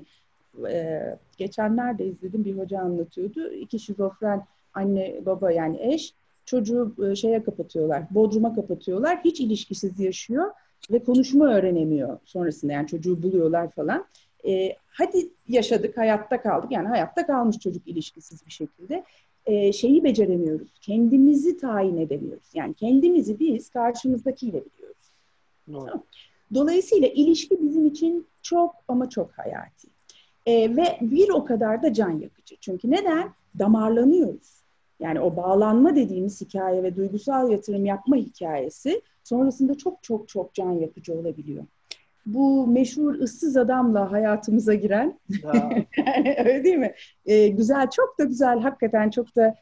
geçenlerde izledim bir hoca anlatıyordu. 2 şizofren anne baba yani eş çocuğu şeye kapatıyorlar. Bodruma kapatıyorlar. Hiç ilişkisiz yaşıyor ve konuşma öğrenemiyor sonrasında. Yani çocuğu buluyorlar falan. Hadi yaşadık, hayatta kaldık. Yani hayatta kalmış çocuk ilişkisiz bir şekilde. Şeyi beceremiyoruz. Kendimizi tayin edemiyoruz. Yani kendimizi biz karşımızdakiyle biliyoruz. Tamam. Dolayısıyla ilişki bizim için çok ama çok hayati. Ve bir o kadar da can yakıcı. Çünkü neden? Damarlanıyoruz. Yani o bağlanma dediğimiz hikaye ve duygusal yatırım yapma hikayesi sonrasında çok çok çok can yakıcı olabiliyor. Bu meşhur ıssız adamla hayatımıza giren, öyle değil mi? Güzel, çok da güzel, hakikaten çok da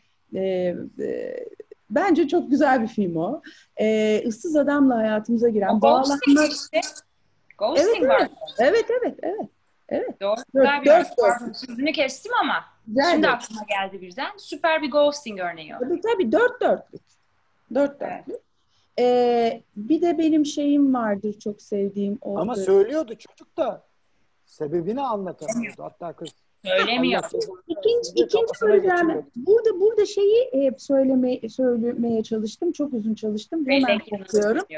bence çok güzel bir film o. Issız adamla hayatımıza giren, bağlanmak. Ghosting var. Evet. Evet. Doğru. Dört, Güzel bir dört, örnek. dört. Pardon, sözünü kestim ama Güzel şimdi bir. aklıma geldi birden. Süper bir ghosting örneği o. Tabii dört dörtlük. Dört Evet. dörtlük. Bir de benim şeyim vardır çok sevdiğim o. Ama söylüyordu çocuk da sebebini anlatamıyordu. Hatta kız Söylemiyor. Allah cezanı İkinci, versin diye ikinci kafasına söyleyeceğim. geçiriyordu. Burada şeyi söylemeye çalıştım. Çok uzun çalıştım. Hemen Bellek yanını korkuyorum. söylüyor.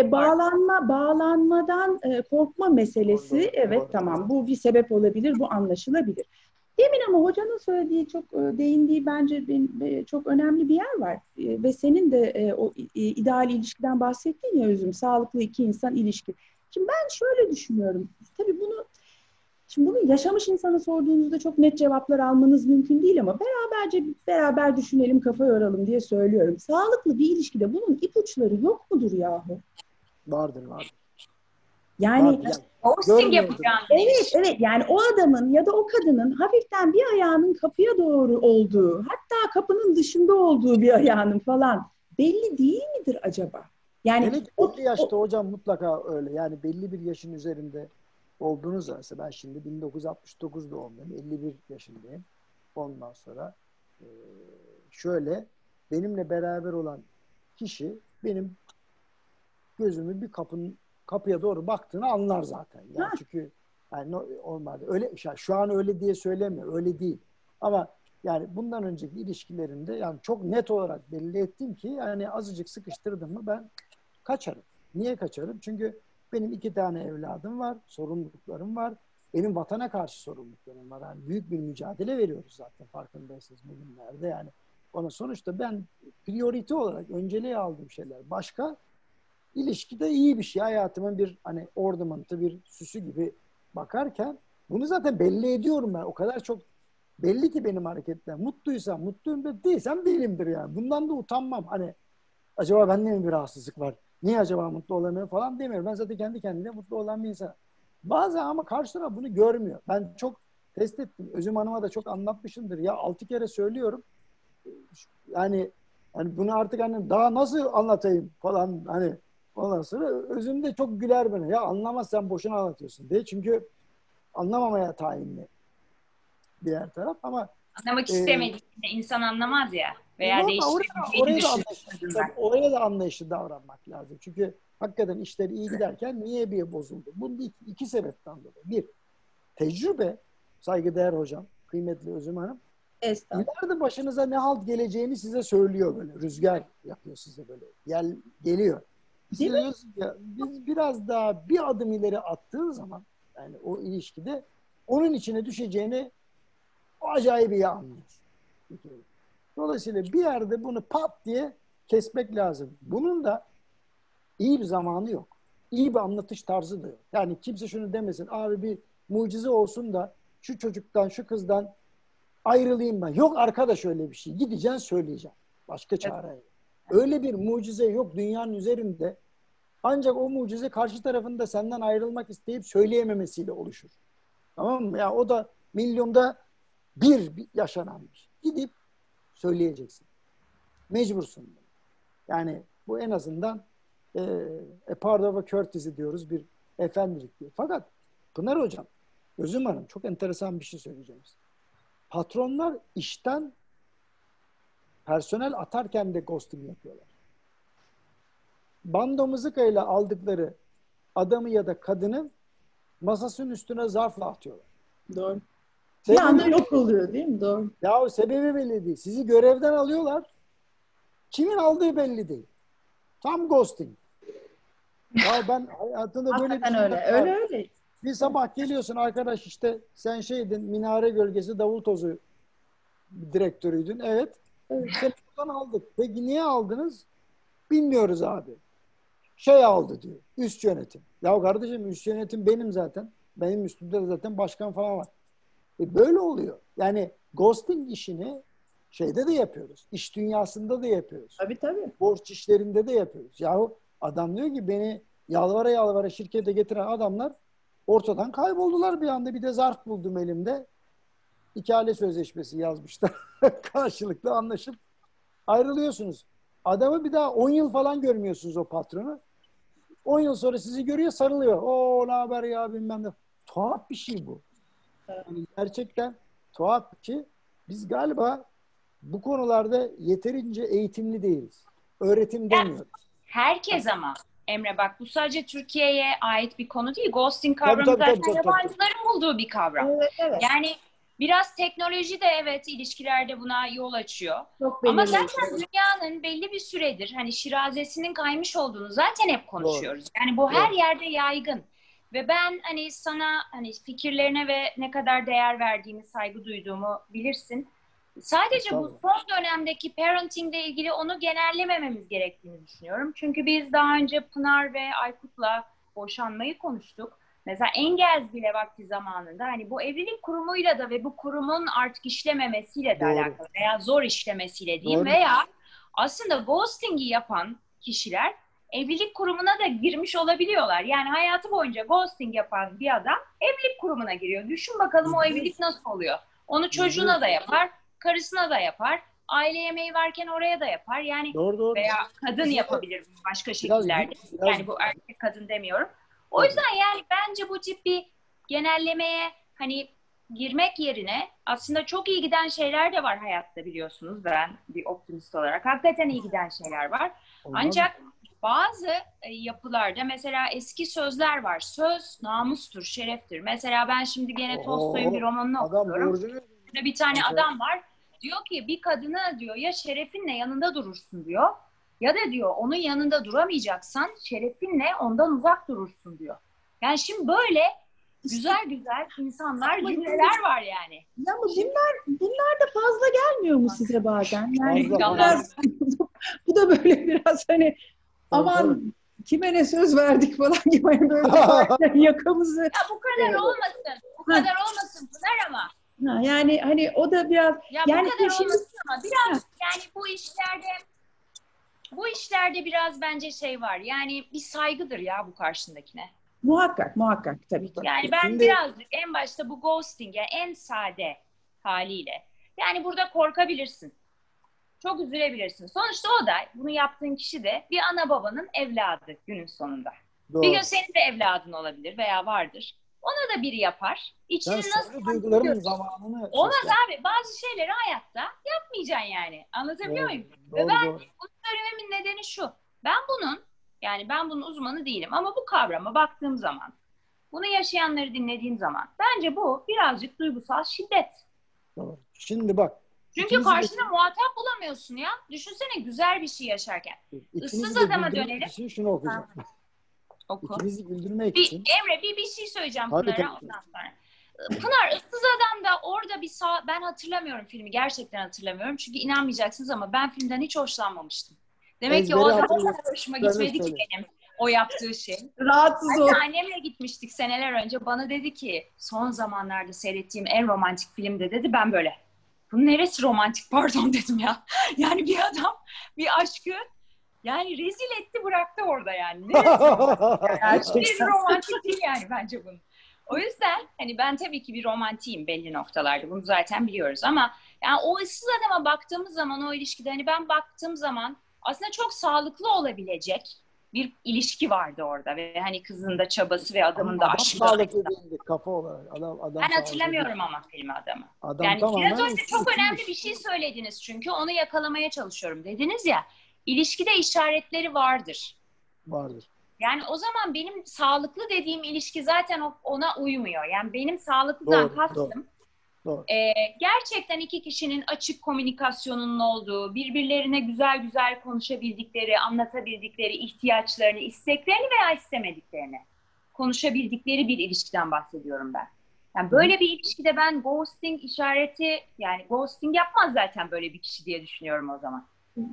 Bağlanmadan korkma meselesi. Doğru, Evet, doğru. tamam, bu bir sebep olabilir. Bu anlaşılabilir. Demin ama hocanın söylediği çok değindiği bence çok önemli bir yer var. Ve senin de o ideal ilişkiden bahsettin ya Özüm. Sağlıklı iki insan ilişki. Şimdi ben şöyle düşünüyorum. Tabii Şimdi bunu yaşamış insana sorduğunuzda çok net cevaplar almanız mümkün değil ama beraber düşünelim, kafa yoralım diye söylüyorum. Sağlıklı bir ilişkide bunun ipuçları yok mudur yahu? Vardır. Yani Vardır. Yani, Ghosting görmüyordur. yapacağın evet, yani o adamın ya da o kadının hafiften bir ayağının kapıya doğru olduğu, hatta kapının dışında olduğu bir ayağının falan belli değil midir acaba? Yani Hele ki belli yaşta hocam mutlaka öyle. Yani belli bir yaşın üzerinde olduğunuz zaman, ben şimdi 1969 doğumluyum. 51 yaşındayım. Ondan sonra şöyle benimle beraber olan kişi benim gözümün bir kapıya doğru baktığını anlar zaten. Yani çünkü yani olmadı. Öyle şu an öyle diye söylemiyor. Öyle değil. Ama yani bundan önceki ilişkilerimde yani çok net olarak belli ettim ki yani azıcık sıkıştırdım mı ben kaçarım. Niye kaçarım? Çünkü benim 2 tane evladım var, sorumluluklarım var. Benim vatana karşı sorumluluklarım var. Yani büyük bir mücadele veriyoruz zaten farkındaysanız bugünlerde. Yani ona sonuçta ben priorite olarak önceliğe aldığım şeyler başka. İlişkide iyi bir şey. Hayatımın bir hani ornamentı, bir süsü gibi bakarken bunu zaten belli ediyorum ben. O kadar çok belli ki benim hareketler. Mutluysam mutluyumdur, değilsem değilimdir yani. Bundan da utanmam. Hani acaba bende mi bir rahatsızlık var? Niye acaba mutlu olamıyorum falan demiyorum. Ben zaten kendi kendine mutlu olan bir insanım. Bazen ama karşı taraf bunu görmüyor. Ben çok test ettim. Özüm Hanım'a da çok anlatmışımdır. Ya 6 kere söylüyorum. Yani bunu artık hani daha nasıl anlatayım falan hani ondan sonra Özüm de çok güler bana. Ya anlamazsan boşuna anlatıyorsun diye. Çünkü anlamamaya tayinli diğer taraf ama anlamak istemediğinde insan anlamaz ya. Veya normal değiştirebileceğini düşündüm ben. oraya da anlayışlı davranmak lazım. Çünkü hakikaten işleri iyi giderken niye bir bozuldu? Bunun iki sebepten dolayı. Bir, tecrübe, saygıdeğer hocam, kıymetli Özüm Hanım. İleride başınıza ne halt geleceğini size söylüyor böyle. Rüzgar yapıyor size böyle. Geliyor. Size diyorsun ya, biz biraz daha bir adım ileri attığın zaman yani o ilişkide onun içine düşeceğini o acayip iyi anlıyorsun. Dolayısıyla bir yerde bunu pat diye kesmek lazım. Bunun da iyi bir zamanı yok. İyi bir anlatış tarzı da yok. Yani kimse şunu demesin. Abi bir mucize olsun da şu çocuktan, şu kızdan ayrılayım ben. Yok arkadaş öyle bir şey. Gideceksin söyleyeceğim. Başka çare yok. Öyle bir mucize yok dünyanın üzerinde. Ancak o mucize karşı tarafında senden ayrılmak isteyip söyleyememesiyle oluşur. Tamam mı? Ya o da milyonda bir yaşanan bir şey. Gidip söyleyeceksin. Mecbursun. Yani bu en azından a part of a courtesy diyoruz. Bir efendilik diyor. Fakat Pınar Hocam, Özüm Hanım çok enteresan bir şey söyleyeceğim size. Patronlar işten personel atarken de ghosting yapıyorlar. Bando mızıkayla aldıkları adamı ya da kadını masasının üstüne zarfla atıyorlar. Doğru. Bir Sebebi, anda yok oluyor değil mi? Doğru. ya sebebi belli değil. Sizi görevden alıyorlar. Kimin aldığı belli değil. Tam ghosting. Ya ben hayatımda böyle bir şey Hakikaten öyle. Öyle. Bir sabah geliyorsun arkadaş işte sen şeydin Minare Gölgesi Davutozu direktörüydün. Evet. Seni buradan aldık. Peki niye aldınız? Bilmiyoruz abi. Şey aldı diyor. Üst yönetim. Ya kardeşim üst yönetim benim zaten. Benim üstümde de zaten başkan falan var. Böyle oluyor. Yani ghosting işini şeyde de yapıyoruz. İş dünyasında da yapıyoruz. Tabii. Borç işlerinde de yapıyoruz. Yahu adam diyor ki beni yalvara yalvara şirkete getiren adamlar ortadan kayboldular bir anda. Bir de zarf buldum elimde. İkale sözleşmesi yazmışlar. Karşılıklı anlaşıp ayrılıyorsunuz. Adamı bir daha 10 yıl falan görmüyorsunuz o patronu. 10 yıl sonra sizi görüyor sarılıyor. O ne haber ya bilmem ne. Tuhaf bir şey bu. Yani gerçekten tuhaf ki biz galiba bu konularda yeterince eğitimli değiliz. Öğretim demiyoruz. Herkes ama Emre bak bu sadece Türkiye'ye ait bir konu değil. Ghosting Tabii, kavramı tabii, zaten yabancıların bulduğu bir kavram. Evet. Yani biraz teknoloji de evet ilişkilerde buna yol açıyor. Çok Ama belirleyici. zaten dünyanın belli bir süredir hani şirazesinin kaymış olduğunu zaten hep konuşuyoruz. Yani bu Doğru. her yerde yaygın. Ve ben hani sana hani fikirlerine ve ne kadar değer verdiğimi, saygı duyduğumu bilirsin. Sadece bu son dönemdeki parenting ile ilgili onu genellemememiz gerektiğini düşünüyorum. Çünkü biz daha önce Pınar ve Aykut'la boşanmayı konuştuk. Mesela Engels bile vakti zamanında hani bu evlilik kurumuyla da ve bu kurumun artık işlememesiyle de alakalı veya zor işlemesiyle diyeyim veya aslında ghosting'i yapan kişiler evlilik kurumuna da girmiş olabiliyorlar. Yani hayatı boyunca ghosting yapan bir adam evlilik kurumuna giriyor. Düşün bakalım o evlilik nasıl oluyor? Onu çocuğuna da yapar, karısına da yapar. Aile yemeği varken oraya da yapar. Yani doğru. veya kadın yapabilir başka şekillerde. Yani bu erkek kadın demiyorum. O yüzden yani bence bu tip bir genellemeye hani girmek yerine aslında çok iyi giden şeyler de var hayatta biliyorsunuz. Ben bir optimist olarak hakikaten iyi giden şeyler var. Ancak bazı yapılarda mesela eski sözler var. Söz namustur, şereftir. Mesela ben şimdi gene Tolstoy'un bir romanını okuyorum. Burada bir tane adam var. Diyor ki bir kadını diyor ya şerefinle yanında durursun diyor. Ya da diyor onun yanında duramayacaksan şerefinle ondan uzak durursun diyor. Yani şimdi böyle güzel insanlar, cümleler var yani. Ya bunlar da fazla gelmiyor mu size bazen? Yani bu da böyle biraz hani aman kime ne söz verdik falan gibi böyle yakamızı. Ya bu kadar olmasın. Bu kadar olmasın Pınar ama. Yani hani o da biraz ya bu kadar olmasın ama biraz yani bu işlerde biraz bence şey var. Yani bir saygıdır ya bu karşındakine. Muhakkak tabii ki. Yani ben birazcık en başta bu ghosting yani en sade haliyle. Yani burada korkabilirsin. Çok üzülebilirsin. Sonuçta o da bunu yaptığın kişi de bir ana babanın evladı günün sonunda. Doğru. Bir gün senin de evladın olabilir veya vardır. Ona da biri yapar. İçini nasıl duygularımın zamanını olmaz abi. Bazı şeyleri hayatta yapmayacaksın yani. Anlatabiliyor muyum? Ve ben bunu söylememin nedeni şu. Ben bunun uzmanı değilim ama bu kavrama baktığım zaman, bunu yaşayanları dinlediğim zaman bence bu birazcık duygusal şiddet. Doğru. Şimdi bak. Çünkü karşında muhatap bulamıyorsun ya. Düşünsene güzel bir şey yaşarken. Issız adama dönelim. Şunu okuyacağım. Oku. İkimizi güldürmek için. Emre bir şey söyleyeceğim Pınar'a ondan sonra. Pınar ıssız adamda orada ben hatırlamıyorum filmi. Gerçekten hatırlamıyorum. Çünkü inanmayacaksınız ama ben filmden hiç hoşlanmamıştım. Demek ki o adam hoşuma gitmedi ki benim o yaptığı şey. Rahatsız ol. Annemle gitmiştik seneler önce. Bana dedi ki son zamanlarda seyrettiğim en romantik filmde dedi. Ben böyle bunun neresi romantik pardon dedim ya. Yani bir adam bir aşkı yani rezil etti bıraktı orada yani. Neresi hiçbir romantik değil yani bence bunun. O yüzden hani ben tabii ki bir romantiyim belli noktalarda. Bunu zaten biliyoruz ama yani o ıssız adama baktığımız zaman o ilişkide hani ben baktığım zaman aslında çok sağlıklı olabilecek bir ilişki vardı orada ve hani kızın da çabası ve adamın da aşkı. Sağlıklı değildi kafa olarak. Adam ben hatırlamıyorum ama filmi adamı. Yani biraz önce çok önemli bir şey söylediniz çünkü onu yakalamaya çalışıyorum. Dediniz ya ilişkide işaretleri vardır. Vardır. Yani o zaman benim sağlıklı dediğim ilişki zaten ona uymuyor. Yani benim sağlıklıdan kastım gerçekten iki kişinin açık komünikasyonunun olduğu, birbirlerine güzel güzel konuşabildikleri, anlatabildikleri ihtiyaçlarını, isteklerini veya istemediklerini konuşabildikleri bir ilişkiden bahsediyorum ben. Yani böyle bir ilişkide ben ghosting işareti, yani ghosting yapmaz zaten böyle bir kişi diye düşünüyorum o zaman.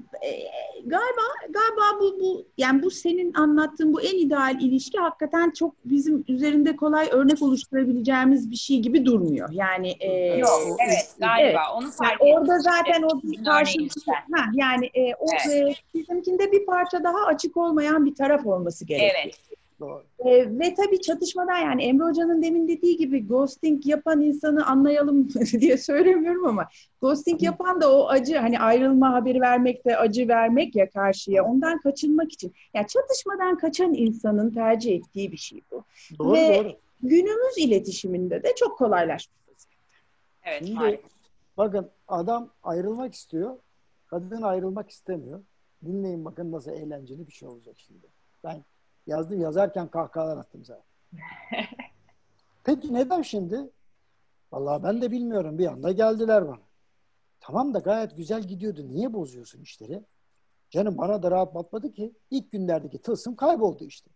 Galiba bu senin anlattığın bu en ideal ilişki hakikaten çok bizim üzerinde kolay örnek oluşturabileceğimiz bir şey gibi durmuyor. Yani yok, evet galiba onu fark ettim. Orada zaten o karşılıklı bizimkinde bir parça daha açık olmayan bir taraf olması gerekiyor. Evet. Doğru. Ve tabii çatışmadan yani Emre Hoca'nın demin dediği gibi ghosting yapan insanı anlayalım diye söylemiyorum ama ghosting yapan da o acı hani ayrılma haberi vermekte acı vermek ya karşıya ondan kaçınmak için. Yani çatışmadan kaçan insanın tercih ettiği bir şey bu. Doğru. Günümüz iletişiminde de çok kolaylaştı. Evet, Şimdi maalesef. bakın adam ayrılmak istiyor. Kadın ayrılmak istemiyor. Dinleyin bakın nasıl eğlenceli bir şey olacak şimdi. Ben yazarken kahkahalar attım zaten. Peki neden şimdi? Vallahi ben de bilmiyorum. Bir anda geldiler bana. Tamam da gayet güzel gidiyordu. Niye bozuyorsun işleri? Canım bana da rahat batmadı ki. İlk günlerdeki tılsım kayboldu işte.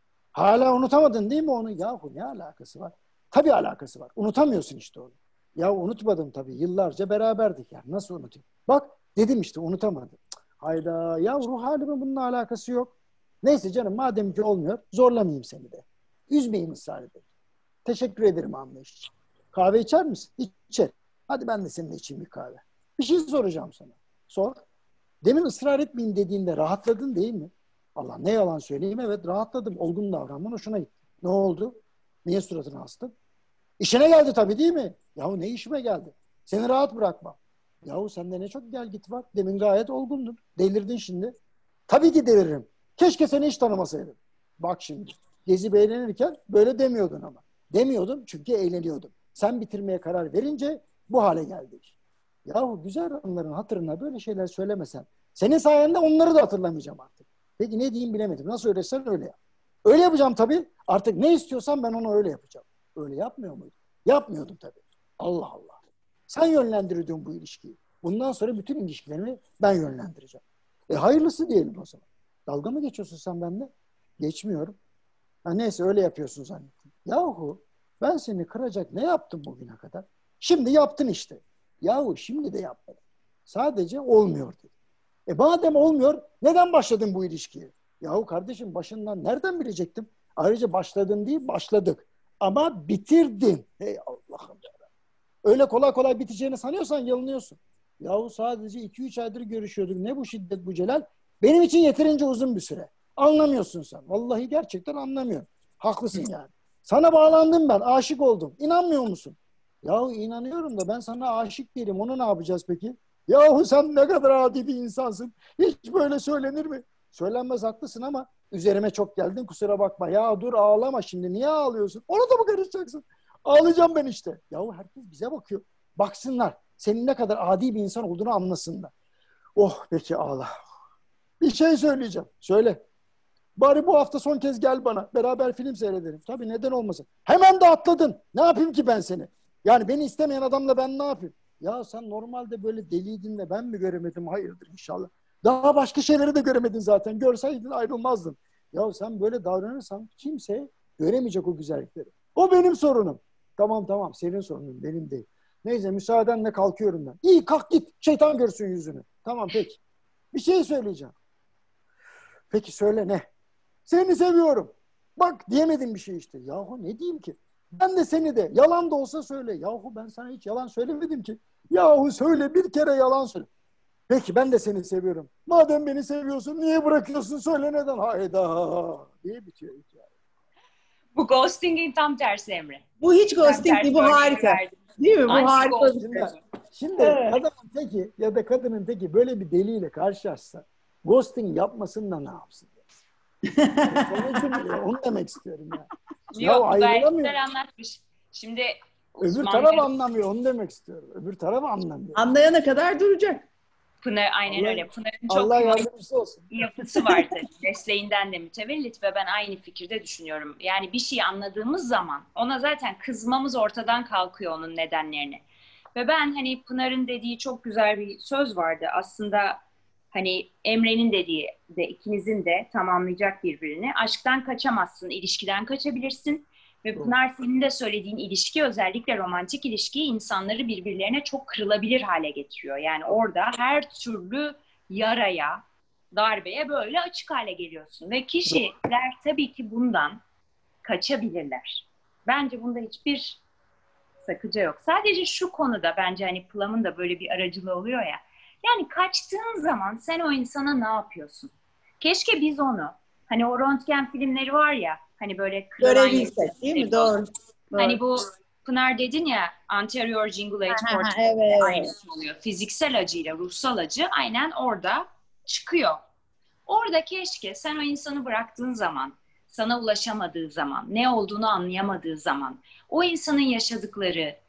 Hala unutamadın değil mi onu? Yahu ne alakası var? Tabii alakası var. Unutamıyorsun işte onu. Ya unutmadım tabii. Yıllarca beraberdik yani. Nasıl unutayım? Bak dedim işte unutamadım. Hayda ya ruh halimin bununla alakası yok. Neyse canım madem ki olmuyor zorlamayayım seni de. Üzmeyeyim ısrar ederim. Teşekkür ederim anlayış için. Kahve içer misin? İçer. Hadi ben de seninle içeyim bir kahve. Bir şey soracağım sana. Sor. Demin ısrar etmeyin dediğinde rahatladın değil mi? Allah ne yalan söyleyeyim evet rahatladım. Olgun davranman hoşuna gitti. Ne oldu? Niye suratını astın? İşine geldi tabii değil mi? Yahu ne işime geldi? Seni rahat bırakmam. Yahu sende ne çok gel git var. Demin gayet olgundun. Delirdin şimdi. Tabii ki deliririm. Keşke seni hiç tanımasaydım. Bak şimdi. Gezip eğlenirken böyle demiyordun ama. Demiyordum çünkü eğleniyordum. Sen bitirmeye karar verince bu hale geldik. Yahu güzel anların hatırına böyle şeyler söylemesen. Senin sayende onları da hatırlamayacağım artık. Peki ne diyeyim bilemedim. Nasıl öğretsen öyle yap. Öyle yapacağım tabii. Artık ne istiyorsan ben onu öyle yapacağım. Öyle yapmıyor muydun? Yapmıyordum tabii. Allah Allah. Sen yönlendiriyordun bu ilişkiyi. Bundan sonra bütün ilişkilerimi ben yönlendireceğim. Hayırlısı diyelim o zaman. Dalga mı geçiyorsun sen benimle? Geçmiyorum. Ha, neyse öyle yapıyorsun zannettim. Yahu ben seni kıracak ne yaptım bugüne kadar? Şimdi yaptın işte. Yahu şimdi de yapmadın. Sadece olmuyor dedi. Madem olmuyor neden başladın bu ilişkiye? Yahu kardeşim başından nereden bilecektim? Ayrıca başladın değil başladık. Ama bitirdin. Hey Allah'ım ya. Öyle kolay kolay biteceğini sanıyorsan yanılıyorsun. Yahu sadece 2-3 aydır görüşüyorduk. Ne bu şiddet bu celal? Benim için yeterince uzun bir süre. Anlamıyorsun sen. Vallahi gerçekten anlamıyorum. Haklısın yani. Sana bağlandım ben. Aşık oldum. İnanmıyor musun? Yahu inanıyorum da ben sana aşık değilim. Onu ne yapacağız peki? Yahu sen ne kadar adi bir insansın. Hiç böyle söylenir mi? Söylenmez haklısın ama üzerime çok geldin kusura bakma. Ya dur ağlama şimdi. Niye ağlıyorsun? Onu da mı karışacaksın? Ağlayacağım ben işte. Yahu herkes bize bakıyor. Baksınlar. Senin ne kadar adi bir insan olduğunu anlasınlar. Oh peki ağla. Bir şey söyleyeceğim. Söyle. Bari bu hafta son kez gel bana. Beraber film seyredelim. Tabii neden olmasın. Hemen de atladın. Ne yapayım ki ben seni? Yani beni istemeyen adamla ben ne yapayım? Ya sen normalde böyle deliydin de ben mi göremedim? Hayırdır inşallah. Daha başka şeyleri de göremedin zaten. Görseydin ayrılmazdın. Ya sen böyle davranırsan kimse göremeyecek o güzellikleri. O benim sorunum. Tamam senin sorunun benim değil. Neyse müsaadenle kalkıyorum ben. İyi kalk git. Şeytan görsün yüzünü. Tamam peki. Bir şey söyleyeceğim. Peki söyle ne? Seni seviyorum. Bak diyemedim bir şey işte. Yahu ne diyeyim ki? Ben de seni de. Yalan da olsa söyle. Yahu ben sana hiç yalan söylemedim ki. Yahu söyle bir kere yalan söyle. Peki ben de seni seviyorum. Madem beni seviyorsun niye bırakıyorsun söyle neden? Hayda diye bitiyor hikaye. Bu ghosting'in tam tersi Emre. Bu hiç Tam ghosting tersi değil, bu örneğini harika. verdim. Değil mi? Bu harika. Anti-ghosting. Şimdi Evet. adamın teki ya da kadının teki böyle bir deliyle karşılaşsa ghosting yapmasın da ne yapsın? Onu demek istiyorum ya. Ya Yok, bu gayet ayrılamıyor. güzel anlatmış. Şimdi Öbür taraf anlamıyor. Onu demek istiyorum. Öbür taraf anlamıyor. Anlayana kadar duracak. Pınar, aynen Allah, öyle. Pınar'ın çok Allah yoğun yardımcısı olsun. yapısı var tabii. Mesleğinden de mütevellit ve ben aynı fikirde düşünüyorum. Yani bir şey anladığımız zaman ona zaten kızmamız ortadan kalkıyor onun nedenlerini. Ve ben hani Pınar'ın dediği çok güzel bir söz vardı. Aslında hani Emre'nin dediği de ikinizin de tamamlayacak birbirini. Aşktan kaçamazsın, ilişkiden kaçabilirsin. Ve Pınar senin de söylediğin ilişki özellikle romantik ilişki insanları birbirlerine çok kırılabilir hale getiriyor. Yani orada her türlü yaraya, darbeye böyle açık hale geliyorsun. Ve kişiler tabii ki bundan kaçabilirler. Bence bunda hiçbir sakınca yok. Sadece şu konuda bence hani Plum'un da böyle bir aracılığı oluyor ya. Yani kaçtığın zaman sen o insana ne yapıyorsun? Keşke biz onu, hani o röntgen filmleri var ya, hani böyle görebilsek değil mi? Doğru. Hani bu Pınar dedin ya, anterior cingulate cortex evet. aynısı oluyor. Fiziksel acıyla ruhsal acı aynen orada çıkıyor. Orada keşke sen o insanı bıraktığın zaman, sana ulaşamadığı zaman, ne olduğunu anlayamadığı zaman, o insanın yaşadıkları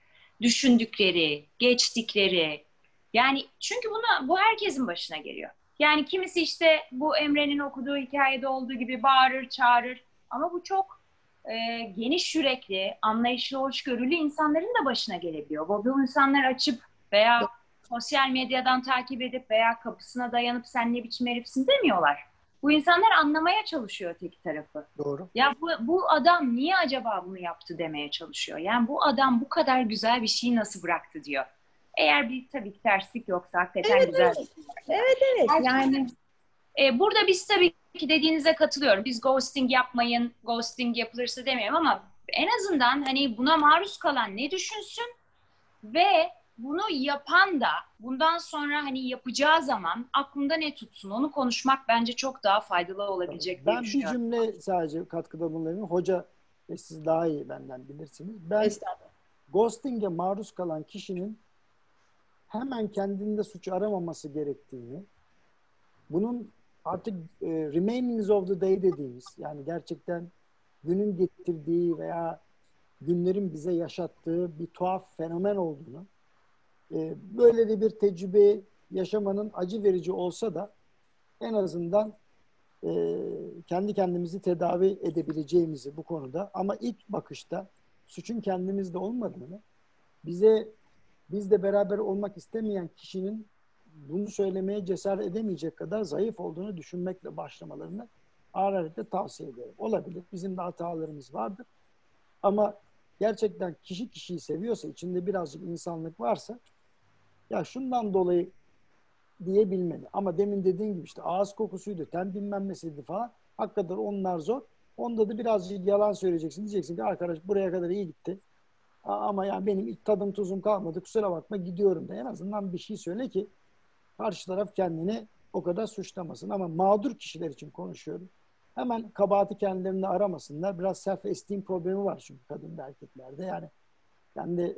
düşündükleri, geçtikleri. Yani çünkü bu herkesin başına geliyor. Yani kimisi işte bu Emre'nin okuduğu hikayede olduğu gibi bağırır, çağırır. Ama bu çok geniş yürekli, anlayışlı, hoşgörülü insanların da başına gelebiliyor. Bu insanlar açıp veya sosyal medyadan takip edip veya kapısına dayanıp sen ne biçim herifsin demiyorlar. Bu insanlar anlamaya çalışıyor öteki tarafı. Doğru. Ya bu adam niye acaba bunu yaptı demeye çalışıyor. Yani bu adam bu kadar güzel bir şeyi nasıl bıraktı diyor. Eğer bir tabii ki terslik yoksa hakikaten Evet, güzel. evet. Yani Burada biz tabii ki dediğinize katılıyorum. Biz ghosting yapmayın, ghosting yapılırsa demiyorum ama en azından hani buna maruz kalan ne düşünsün ve bunu yapan da bundan sonra hani yapacağı zaman aklında ne tutsun onu konuşmak bence çok daha faydalı olabilecek diye Ben bir düşünüyorum. cümle sadece katkıda bulunayım. Hoca siz daha iyi benden bilirsiniz. Ben ghosting'e maruz kalan kişinin hemen kendinde suç aramaması gerektiğini, bunun artık remainings of the day dediğimiz, yani gerçekten günün getirdiği veya günlerin bize yaşattığı bir tuhaf fenomen olduğunu, böyle de bir tecrübe yaşamanın acı verici olsa da en azından kendi kendimizi tedavi edebileceğimizi bu konuda, ama ilk bakışta suçun kendimizde olmadığını, bizle beraber olmak istemeyen kişinin bunu söylemeye cesaret edemeyecek kadar zayıf olduğunu düşünmekle başlamalarını hararetle tavsiye ederim. Olabilir. Bizim de hatalarımız vardır. Ama gerçekten kişi kişiyi seviyorsa, içinde birazcık insanlık varsa, ya şundan dolayı diyebilmeli. Ama demin dediğin gibi işte ağız kokusuydu, ten bilmem nesiydi falan. Hakikaten onlar zor. Onda da birazcık yalan söyleyeceksin. Diyeceksin ki arkadaş buraya kadar iyi gitti. Ama yani benim tadım tuzum kalmadı. Kusura bakma gidiyorum da. En azından bir şey söyle ki karşı taraf kendini o kadar suçlamasın. Ama mağdur kişiler için konuşuyorum. Hemen kabahati kendilerinde aramasınlar. Biraz self-esteem problemi var çünkü kadın ve erkeklerde. Yani kendi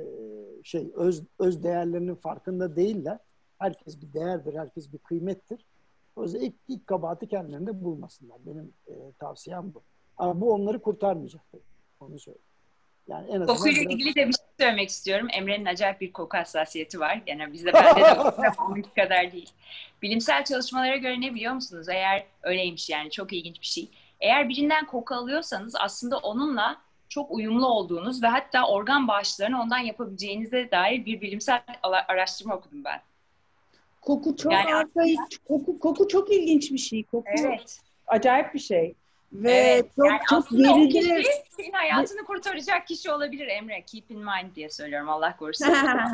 öz değerlerinin farkında değiller. Herkes bir değerdir, herkes bir kıymettir. O yüzden ilk kabahati kendilerinde bulmasınlar. Benim tavsiyem bu. Ama bu onları kurtarmayacak. Onu söyleyeyim. Yani en azından Kokuyla biraz... ilgili de bir şey söylemek istiyorum. Emre'nin acayip bir koku hassasiyeti var. Yani bende de var. Onunki kadar değil. Bilimsel çalışmalara göre ne biliyor musunuz? Eğer öyleymiş yani çok ilginç bir şey. Eğer birinden koku alıyorsanız aslında onunla çok uyumlu olduğunuz ve hatta organ bağışlarını ondan yapabileceğinize dair bir bilimsel araştırma okudum ben. koku çok arkaik, koku çok ilginç bir şey. Koku Evet. acayip bir şey. Ve Evet. çok Yani çok aslında o geride. kişi senin hayatını kurtaracak kişi olabilir Emre. Keep in mind diye söylüyorum Allah korusun.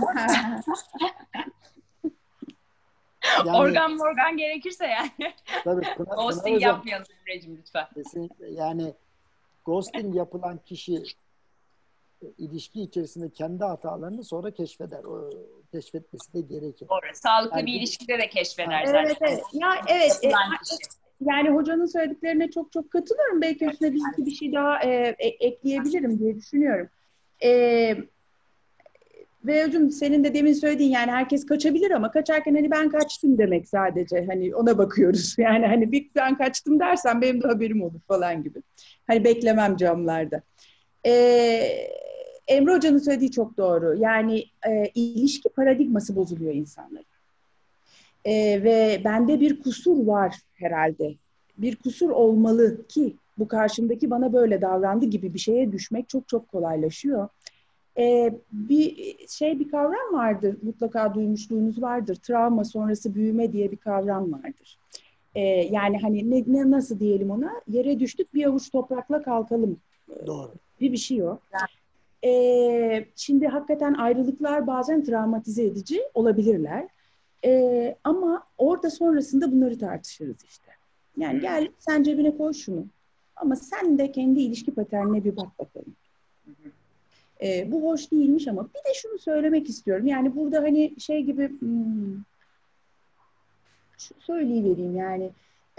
Yani, organ gerekirse yani. tabii Ghosting hocam, yapmayalım Emre'cim lütfen. kesinlikle. Yani ghosting yapılan kişi ilişki içerisinde kendi hatalarını sonra keşfeder. O keşfetmesi de gerekir. Doğru. Sağlıklı Yani bir ilişkide de keşfeder Evet, zaten. evet. Ya evet. Kişi. Yani hocanın söylediklerine çok çok katılıyorum. Belki üstüne bir şey daha ekleyebilirim diye düşünüyorum. Ve hocam senin de demin söylediğin yani herkes kaçabilir ama kaçarken hani ben kaçtım demek sadece. Hani ona bakıyoruz. Yani hani bir ben kaçtım dersen benim de haberim olur falan gibi. Hani beklemem camlarda. Emre Hoca'nın söylediği çok doğru. Yani ilişki paradigması bozuluyor insanların. Ve bende bir kusur var herhalde. Bir kusur olmalı ki bu karşımdaki bana böyle davrandı gibi bir şeye düşmek çok çok kolaylaşıyor. Bir kavram vardır, mutlaka duymuşluğunuz vardır. Travma sonrası büyüme diye bir kavram vardır. Yani hani nasıl diyelim ona? Yere düştük bir avuç toprakla kalkalım. Doğru. Bir şey o. Şimdi hakikaten ayrılıklar bazen travmatize edici olabilirler. Ama orada sonrasında bunları tartışırız işte. Yani gel sen cebine koy şunu. Ama sen de kendi ilişki paternine bir bak bakalım. Bu hoş değilmiş ama bir de şunu söylemek istiyorum. Yani burada hani şey gibi söyleyivereyim yani.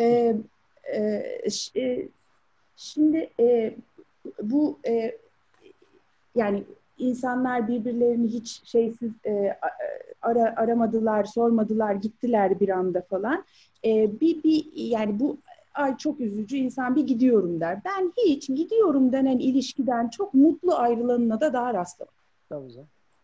Şimdi bu yani insanlar birbirlerini hiç şeysiz aramadılar, sormadılar, gittiler bir anda falan. Yani bu ay çok üzücü insan bir gidiyorum der. Ben hiç gidiyorum denen ilişkiden çok mutlu ayrılanına da daha rastlamadım. Tabii canım.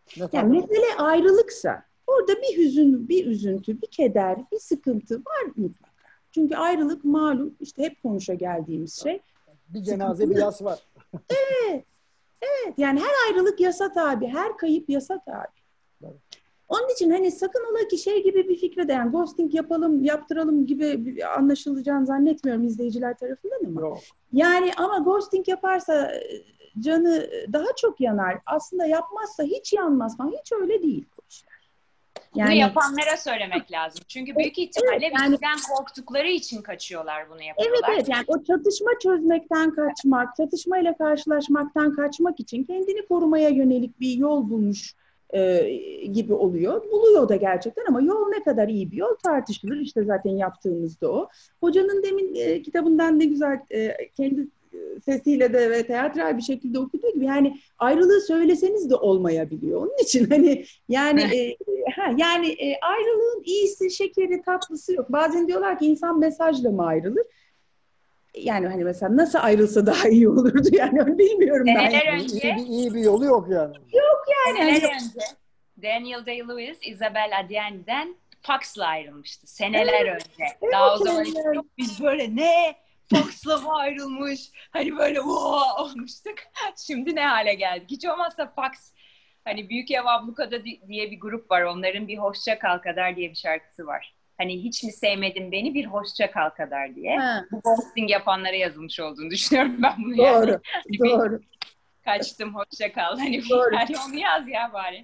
Ne Yani fark eder? mesele ayrılıksa orada bir hüzün, bir üzüntü, bir keder, bir sıkıntı var mutlaka. Çünkü ayrılık malum işte hep konuşa geldiğimiz şey. Bir cenaze bir Sıkıntılı. yas var. Evet, evet. Yani her ayrılık yasa tabi, her kayıp yasa tabi. Evet. Onun için hani sakın ola ki şey gibi bir fikre de yani ghosting yapalım, yaptıralım gibi anlaşılacağını zannetmiyorum izleyiciler tarafından ama. Yok. Yani ama ghosting yaparsa canı daha çok yanar. Aslında yapmazsa hiç yanmaz falan. Hiç öyle değil bu işler. Bunu Yani yapanlara söylemek lazım. Çünkü büyük evet ihtimalle bir yani şeyden korktukları için kaçıyorlar, bunu evet yapıyorlar. evet yani o çatışma çözmekten kaçmak, çatışmayla karşılaşmaktan kaçmak için kendini korumaya yönelik bir yol bulmuş gibi oluyor. Buluyor da gerçekten ama yol ne kadar iyi bir yol tartışılır. İşte zaten yaptığımızda o. Hocanın demin kitabından ne güzel kendi sesiyle de ve teatral bir şekilde okuduğu gibi yani ayrılığı söyleseniz de olmayabiliyor. Onun için hani yani ayrılığın iyisi, şekeri, tatlısı yok. Bazen diyorlar ki insan mesajla mı ayrılır? Yani hani mesela nasıl ayrılsa daha iyi olurdu yani bilmiyorum ben. Seneler Yani önce, iyi bir yolu yok yani. Yani hani seneler önce Daniel Day-Lewis, Isabel Allende Fox'la ayrılmıştı. Seneler evet, önce. Daha o evet zaman hiç yani. yok. Biz böyle ne? Fox'la mı ayrılmış? Hani böyle olmuştuk. Şimdi ne hale geldik? Hiç olmazsa Fox, hani Büyük Ev Ablukada diye bir grup var. Onların bir Hoşça Kal Kader diye bir şarkısı var. Hani hiç mi sevmedin beni, bir hoşça kal kader diye. Ha, Bu ghosting yapanlara yazılmış olduğunu düşünüyorum ben bunu yani. doğru, Hani bir doğru, kaçtım, hoşça kal. Hani doğru. yani onu yaz ya bari.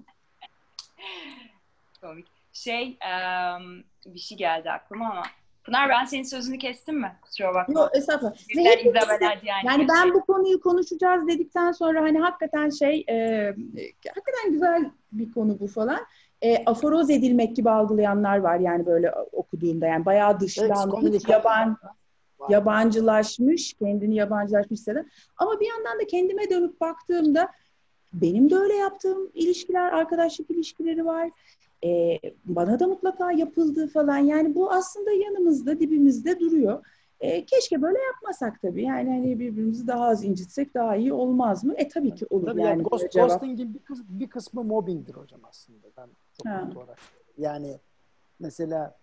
Komik. Bir şey geldi aklıma ama. Pınar, ben senin sözünü kestim mi? Kusura bakma. Yok estağfurullah. Ve Birden hepimiz Isabel Allende yani geçelim. ben bu konuyu konuşacağız dedikten sonra hani hakikaten hakikaten güzel bir konu bu falan. Aforoz edilmek gibi algılayanlar var yani böyle okuduğumda yani bayağı dışlanmış, Excommunication var. yabancılaşmış, kendini yabancılaşmış hisseden. Ama bir yandan da kendime dönüp baktığımda benim de öyle yaptığım ilişkiler, arkadaşlık ilişkileri var. Bana da mutlaka yapıldı falan. Yani bu aslında yanımızda, dibimizde duruyor. Keşke böyle yapmasak tabii. Yani hani birbirimizi daha az incitsek daha iyi olmaz mı? Tabii ki olur Tabii yani yani böyle cevap. ghosting'in bir kısmı mobbingdir hocam aslında. Ben çok Ha, net olarak. Yani mesela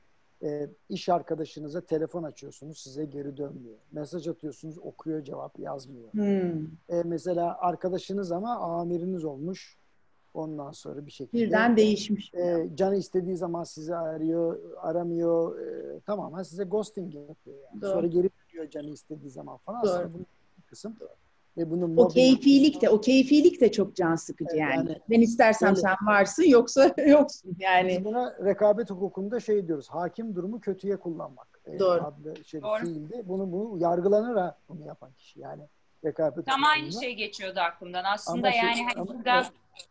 iş arkadaşınıza telefon açıyorsunuz, size geri dönmüyor. Mesaj atıyorsunuz, okuyor, cevap yazmıyor. hmm. Mesela arkadaşınız ama amiriniz olmuş. Ondan sonra bir şekilde Birden değişmiş. canı istediği zaman sizi arıyor, aramıyor. Tamamen size ghosting yapıyor yani. Doğru, Sonra geri dönüyor canı istediği zaman falan. doğru. Aslında bunun bir kısım. Ve bunun O mobbing keyfilik de çok can sıkıcı yani. yani Ben istersem şöyle, sen varsın yoksa yoksun biz yani. buna rekabet hukukunda şey diyoruz. Hakim durumu kötüye kullanmak Doğru. adlı Doğru. fiilde. Bunu yargılanır bunu yapan kişi. Yani rekabet Tam aynı hukukunda. şey geçiyordu aklımdan. Aslında Ama yani hani burada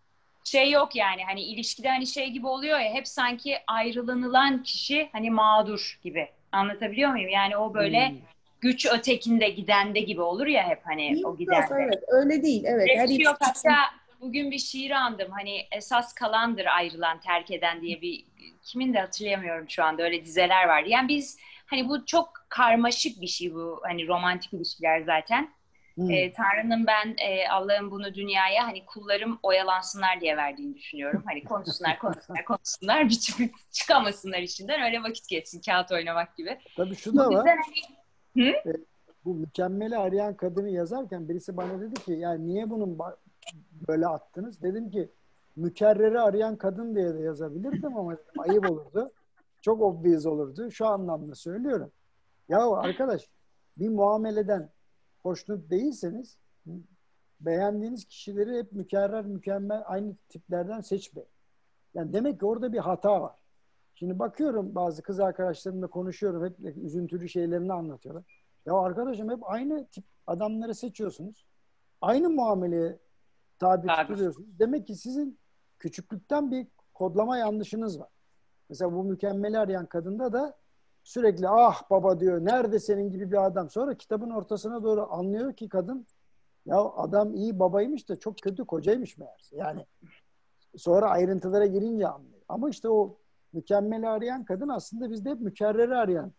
şey yok yani, hani ilişkide hani şey gibi oluyor ya, hep sanki ayrılanılan kişi hani mağdur gibi. Anlatabiliyor muyum? Yani o böyle hmm, güç ötekinde, gidende gibi olur ya hep, hani o Yok gidende. evet öyle değil. Evet Öyle her bir şey yok. ilişki Hatta için. bugün bir şiir andım. Hani esas kalandır ayrılan, terk eden diye bir, kimin de hatırlayamıyorum şu anda, öyle dizeler vardı. Yani biz hani bu çok karmaşık bir şey, bu hani romantik ilişkiler zaten. hmm. Tanrı'nın ben Allah'ın bunu dünyaya hani kullarım oyalansınlar diye verdiğini düşünüyorum. Hani konuşsunlar bir çıkamasınlar içinden, öyle vakit geçsin, kağıt oynamak gibi. Tabii şu Bu da var. yüzden hani E, Bu mükemmeli arayan kadını yazarken birisi bana dedi ki yani niye bunun böyle attınız? Dedim ki mükerreri arayan kadın diye de yazabilirdim ama dedim, ayıp olurdu. Çok obvious olurdu. Şu anlamda söylüyorum. Ya arkadaş, bir muameleden hoşnut değilseniz beğendiğiniz kişileri hep mükerrer, mükemmel aynı tiplerden seçmeyin. Yani demek ki orada bir hata var. Şimdi bakıyorum bazı kız arkadaşlarımla konuşuyorum. Hep üzüntülü şeylerini anlatıyorlar. Ya arkadaşım hep aynı tip adamları seçiyorsunuz. Aynı muameleye tabi tabii. tutuluyorsunuz. Demek ki sizin küçüklükten bir kodlama yanlışınız var. Mesela bu mükemmeli arayan kadında da sürekli ah baba diyor. Nerede senin gibi bir adam? Sonra kitabın ortasına doğru anlıyor ki kadın ya adam iyi babaymış da çok kötü kocaymış meğerse. Yani sonra ayrıntılara girince anlıyor. Ama işte o mükemmeli arayan kadın aslında bizde hep mükerreri arayan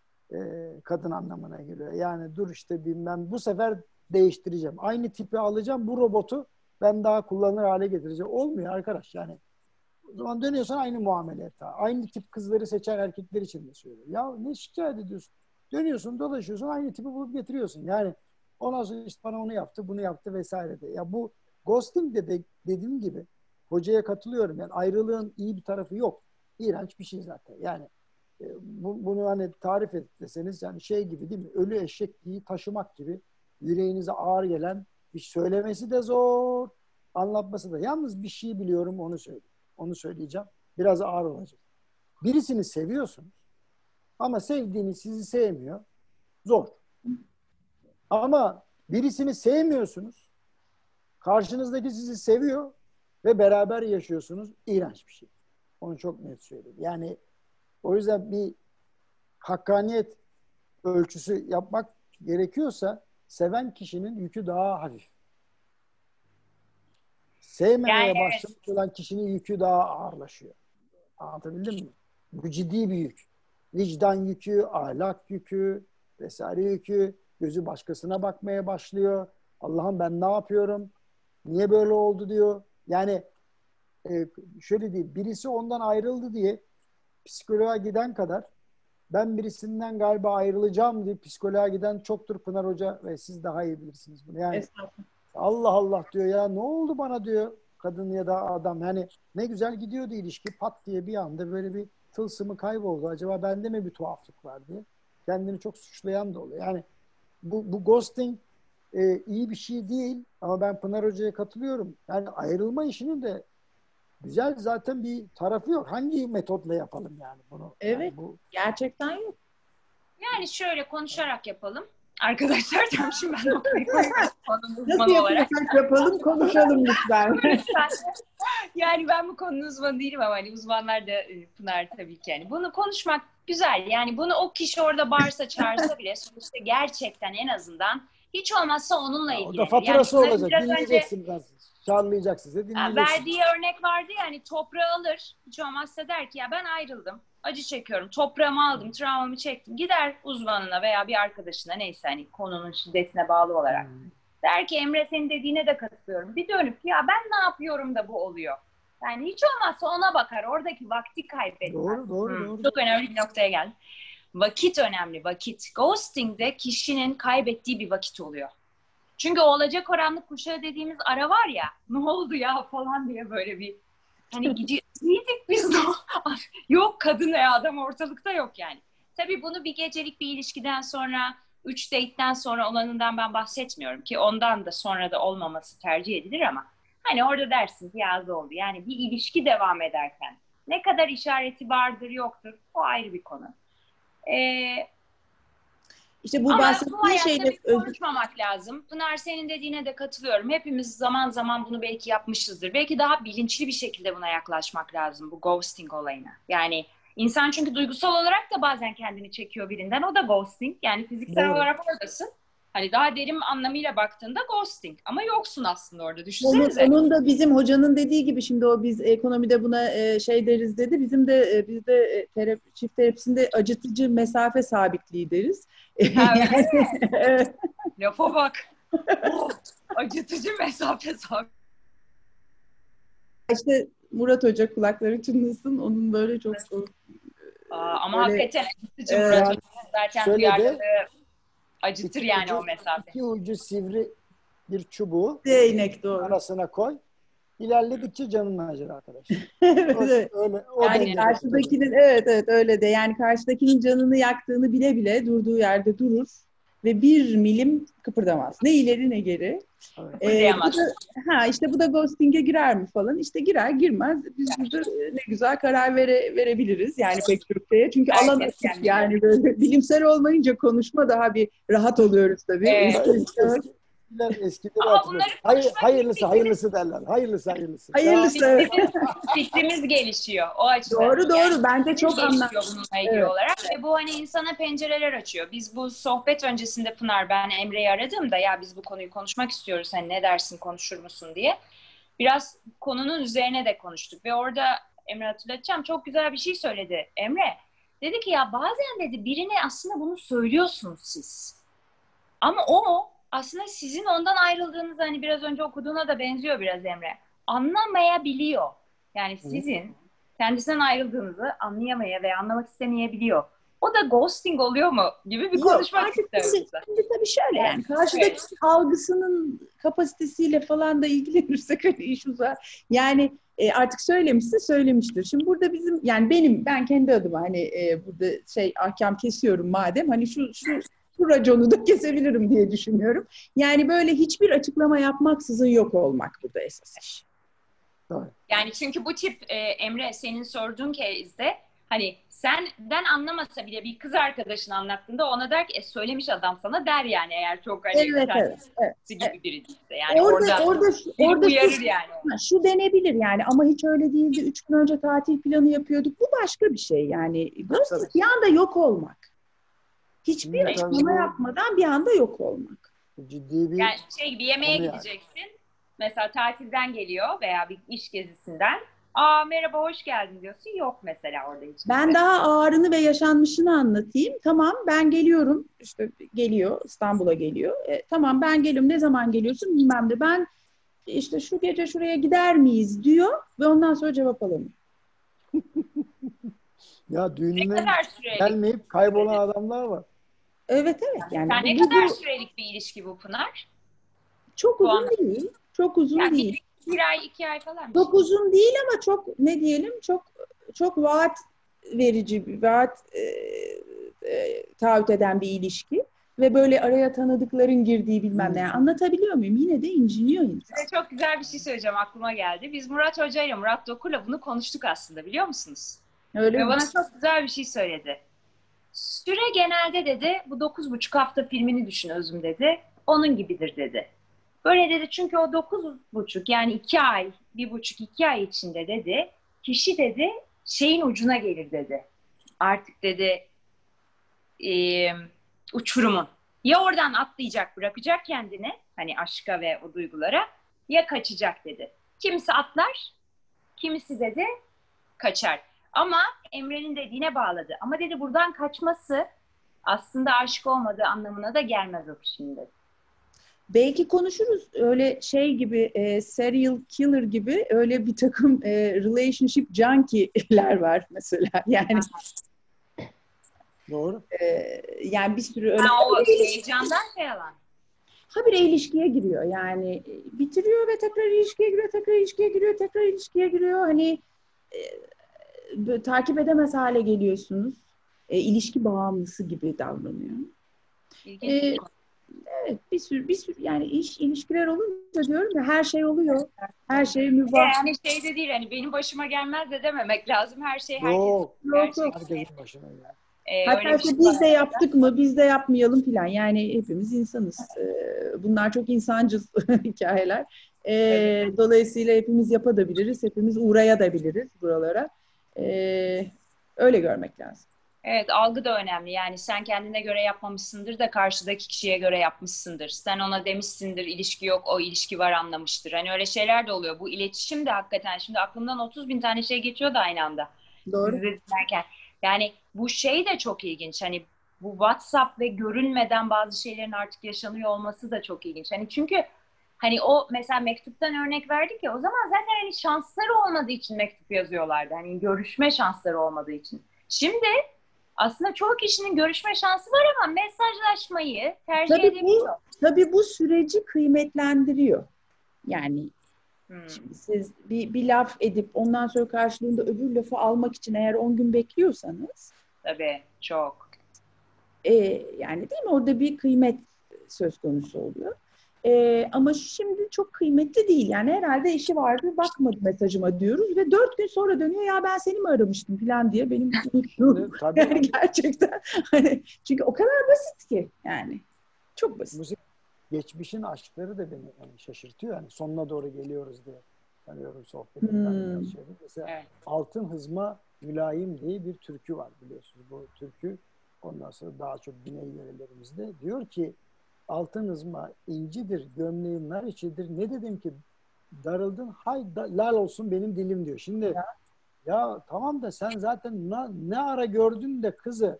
kadın anlamına geliyor. Yani dur işte bilmem bu sefer değiştireceğim. Aynı tipi alacağım bu robotu ben daha kullanılır hale getireceğim. Olmuyor arkadaş yani. O zaman dönüyorsan aynı muamele et. Aynı tip kızları seçen erkekler için de söylüyorum. Ya ne şikayet ediyorsun? Dönüyorsun, dolaşıyorsun, aynı tipi bulup getiriyorsun. Yani ondan sonra işte bana onu yaptı, bunu yaptı vesaire de. Ya bu ghosting de dediğim gibi hocaya katılıyorum. Yani ayrılığın iyi bir tarafı yok. İğrenç bir şey zaten. Yani bunu hani tarif et deseniz yani şey gibi değil mi? Ölü eşekliği taşımak gibi yüreğinize ağır gelen bir söylemesi de zor, anlatması da. Yalnız bir şey biliyorum onu söyleyeyim. Onu söyleyeceğim. Biraz ağır olacak. Birisini seviyorsunuz ama sevdiğini sizi sevmiyor. Zor. Ama birisini sevmiyorsunuz. Karşınızdaki sizi seviyor ve beraber yaşıyorsunuz. İğrenç bir şey. Onu çok net söyleyeyim. Yani o yüzden bir hakkaniyet ölçüsü yapmak gerekiyorsa seven kişinin yükü daha hafif. Sevmemeye başlamış olan kişinin yükü daha ağırlaşıyor. Anlatabildim mi? Bu ciddi bir yük. Vicdan yükü, ahlak yükü, vesaire yükü. Gözü başkasına bakmaya başlıyor. Allah'ım ben ne yapıyorum? Niye böyle oldu diyor. Yani şöyle diyeyim. Birisi ondan ayrıldı diye psikoloğa giden kadar ben birisinden galiba ayrılacağım diye psikoloğa giden çoktur Pınar Hoca ve siz daha iyi bilirsiniz bunu. Yani Allah Allah diyor ya ne oldu bana diyor kadın ya da adam. Yani ne güzel gidiyordu ilişki pat diye bir anda böyle bir tılsımı kayboldu. Acaba bende mi bir tuhaflık var diye. Kendini çok suçlayan da oluyor. Yani bu ghosting iyi bir şey değil ama ben Pınar Hoca'ya katılıyorum. Yani ayrılma işinin de güzel zaten bir tarafı yok. Hangi metotla yapalım yani bunu? Evet. Yani bu... Gerçekten yok. Yani şöyle konuşarak yapalım. Arkadaşlar tam şimdi ben noktayı konunun Nasıl uzmanı olarak. yapalım konuşalım lütfen. Yani ben bu konunun uzmanı değilim ama hani uzmanlar da Pınar tabii ki. Yani bunu konuşmak güzel. Yani bunu o kişi orada bağırsa çağırsa bile sonuçta gerçekten en azından hiç olmazsa onunla ilgilenir. O da faturası yani olacak. Dinleyeceksin biraz. Çağırlayacak size dinleyeceksin. Verdiği örnek vardı ya hani toprağı alır. Hiç olmazsa der ki ya ben ayrıldım. Acı çekiyorum. Toprağımı aldım. Travmamı çektim. Gider uzmanına veya bir arkadaşına neyse hani konunun şiddetine bağlı olarak. Der ki Emre senin dediğine de katılıyorum. Bir dönüp ya ben ne yapıyorum da bu oluyor. Yani hiç olmazsa ona bakar. Oradaki vakti kaybetmez. Doğru. Çok önemli bir noktaya geldim. Vakit önemli. Vakit. Ghosting'de kişinin kaybettiği bir vakit oluyor. Çünkü o olacak karanlık kuşağı dediğimiz ara var ya ne oldu ya falan diye böyle bir hani gidiyorduk biz de yok kadın veya adam ortalıkta yok yani. Tabii bunu bir gecelik bir ilişkiden sonra 3 date'den sonra olanından ben bahsetmiyorum ki ondan da sonra da olmaması tercih edilir ama hani orada dersin ki yazı oldu. Yani bir ilişki devam ederken ne kadar işareti vardır yoktur o ayrı bir konu. İşte bu ama bu hayatta şeyle konuşmamak lazım. Pınar senin dediğine de katılıyorum. Hepimiz zaman zaman bunu belki yapmışızdır. Belki daha bilinçli bir şekilde buna yaklaşmak lazım bu ghosting olayına. Yani insan çünkü duygusal olarak da bazen kendini çekiyor birinden. O da ghosting. Yani fiziksel olarak oradasın. Hani daha derin anlamıyla baktığında ghosting. Ama yoksun aslında orada. Düşünsenize. Onun da bizim hocanın dediği gibi şimdi o biz ekonomide buna şey deriz dedi. Bizim de bizde çift terapisinde acıtıcı mesafe sabitliği deriz. Yani, evet. Lafa bak. Acıtıcı mesafe sabitliği. İşte Murat Hoca kulakları çınlasın. Onun böyle çok ama böyle, hakikaten acıtıcı Murat Hoca. Zaten duyarlılığı acıtır yani o mesafe. İki ucu sivri bir çubuğu değnek doğru. arasına koy. İlerledikçe canın acır arkadaşlar. Evet. Yani karşıdakinin evet öyle de yani karşıdakinin canını yaktığını bile bile durduğu yerde durur ve bir milim kıpırdamaz. Ne ileri ne geri. Kıpırdayamaz. İşte bu da ghosting'e girer mi falan. İşte girer girmez. Biz burada ne güzel karar verebiliriz. Yani pek çok şeye. Çünkü alan açık yani böyle bilimsel olmayınca konuşma daha bir rahat oluyoruz tabii. Evet. Eskileri hatırlıyor. Hayırlısı derler. Hayırlısı. Fikrimiz gelişiyor o açıdan. Doğru. Yani, bence çok anlaşılıyor bununla ilgili olarak. Ve bu hani insana pencereler açıyor. Biz bu sohbet öncesinde Pınar ben Emre'yi aradım da ya biz bu konuyu konuşmak istiyoruz. Hani ne dersin konuşur musun diye. Biraz konunun üzerine de konuştuk. Ve orada Emre hatırlatacağım çok güzel bir şey söyledi Emre. Dedi ki ya bazen dedi birine aslında bunu söylüyorsunuz siz. Ama o aslında sizin ondan ayrıldığınız hani biraz önce okuduğuna da benziyor biraz Emre. Anlamayabiliyor. Yani sizin kendisinden ayrıldığınızı anlayamaya ve anlamak istemeyebiliyor. O da ghosting oluyor mu gibi bir Yok, konuşmak artık istiyorum. şimdi tabii şöyle yani Evet, karşıdaki evet. algısının kapasitesiyle falan da ilgilenirsek hani iş uzar. Yani artık söylemişse söylemiştir. Şimdi burada bizim yani ben kendi adıma hani burada ahkam kesiyorum madem hani şu raconu da kesebilirim diye düşünüyorum. Yani böyle hiçbir açıklama yapmaksızın yok olmak burada esas iş. Doğru. Yani çünkü bu tip Emre senin sorduğun case'de hani senden anlamasa bile bir kız arkadaşını anlattığında ona der ki söylemiş adam sana der yani eğer çok hani Evet. gibi biri değilse. Yani Orada biri uyarır yani. şu denebilir yani ama hiç öyle değildi. 3 gün önce tatil planı yapıyorduk. Bu başka bir şey yani. Ghosting bir anda yok olmak. Hiçbir açıklama yapmadan bir anda yok olmak. Ciddi bir yani bir yemeğe konu gideceksin. Yani. Mesela tatilden geliyor veya bir iş gezisinden. Merhaba hoş geldin diyorsun. Yok mesela orada hiç. Ben daha ağırını ve yaşanmışını anlatayım. Tamam ben geliyorum. İşte geliyor İstanbul'a geliyor. Tamam ben geliyorum. Ne zaman geliyorsun bilmem de. Ben işte şu gece şuraya gider miyiz diyor ve ondan sonra cevap alamıyor. Ya düğününe Ne kadar sürelik? gelmeyip kaybolan adamlar var. Evet. Yani sen ne kadar sürelik bir ilişki bu Pınar? Çok uzun değil. Çok uzun yani değil. Bir ay, 2 ay falan. Çok uzun değil ama çok ne diyelim çok vaat verici bir vaat taahhüt eden bir ilişki ve böyle araya tanıdıkların girdiği bilmem ne. Yani anlatabiliyor muyum? Yine de inciniyor insan. Size çok güzel bir şey söyleyeceğim aklıma geldi. Biz Murat Hoca ile Murat Dokur'la bunu konuştuk aslında biliyor musunuz? Öyle Ve mi? bana çok güzel bir şey söyledi. Süre genelde dedi bu 9,5 hafta filmini düşün Özüm dedi. Onun gibidir dedi. Böyle dedi çünkü o 9,5 yani 2 ay, 1,5-2 ay içinde dedi kişi dedi şeyin ucuna gelir dedi. Artık dedi uçurumun. Ya oradan atlayacak bırakacak kendini hani aşka ve o duygulara ya kaçacak dedi. Kimisi atlar, kimisi dedi kaçar. Ama Emre'nin dediğine bağladı. Ama dedi buradan kaçması aslında aşık olmadığı anlamına da gelmez o kişinin dedi. Belki konuşuruz öyle gibi serial killer gibi öyle bir takım relationship junkie'ler var mesela yani. Doğru. Yani bir sürü öyle o heyecandan yalan. habire ilişkiye giriyor yani bitiriyor ve tekrar ilişkiye giriyor, tekrar ilişkiye giriyor, tekrar ilişkiye giriyor. Hani takip edemez hale geliyorsunuz. İlişki bağımlısı gibi davranıyor. Evet, bir sürü yani ilişkiler olunca diyorum ya her şey oluyor. Her şey mübah. Yani de değil hani benim başıma gelmez de dememek lazım. Her şey Yok. Herkesin başına geldi. Hatta işte biz de yaptık mı, biz de yapmayalım filan. Yani hepimiz insanız. Bunlar çok insancıl hikayeler. Dolayısıyla hepimiz yapabiliriz, hepimiz uğrayabiliriz buralara. Öyle görmek lazım. Evet, algı da önemli. Yani sen kendine göre yapmamışsındır da karşıdaki kişiye göre yapmışsındır. Sen ona demişsindir, ilişki yok, o ilişki var anlamıştır. Hani öyle şeyler de oluyor. Bu iletişim de hakikaten şimdi aklımdan 30.000 tane şey geçiyor da aynı anda. Doğru. Sizi dinlerken. Yani bu şey de çok ilginç. Hani bu WhatsApp ve görünmeden bazı şeylerin artık yaşanıyor olması da çok ilginç. Hani çünkü hani o mesela mektuptan örnek verdik ya o zaman zaten hani şansları olmadığı için mektup yazıyorlardı. Hani görüşme şansları olmadığı için. Şimdi aslında çoğu kişinin görüşme şansı var ama mesajlaşmayı tercih edebiliyor. Tabii bu süreci kıymetlendiriyor. Yani şimdi siz bir laf edip ondan sonra karşılığında öbür lafı almak için eğer 10 gün bekliyorsanız tabii çok. Yani değil mi? Orada bir kıymet söz konusu oluyor. Ama şimdi çok kıymetli değil. Yani herhalde işi vardı bakmadı mesajıma diyoruz ve 4 gün sonra dönüyor ya ben seni mi aramıştım falan diye benim unuttuğum. Yani gerçekten. Hani, çünkü o kadar basit ki yani. Çok basit. Geçmişin aşkları da beni yani şaşırtıyor. Yani sonuna doğru geliyoruz diye sanıyorum sohbetimden. Mesela evet. Altın Hızma Mülayim diye bir türkü var biliyorsunuz. Bu türkü ondan sonra daha çok güney yörelerimizde diyor ki altın hızma incidir, gömleğin nar içidir. Ne dedim ki darıldın, hay lal olsun benim dilim diyor. Şimdi ya tamam da sen zaten ne ara gördün de kızı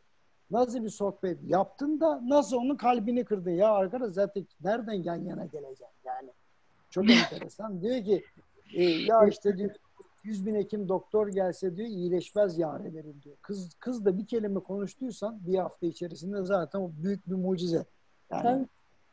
nasıl bir sohbet yaptın da nasıl onun kalbini kırdın? Ya arkadaş zaten nereden yan yana geleceksin yani? Çok enteresan. Diyor ki ya işte diyor 100 bin hekim doktor gelse diyor iyileşmez yarelerin diyor. Kız da bir kelime konuştuysan bir hafta içerisinde zaten o büyük bir mucize. Yani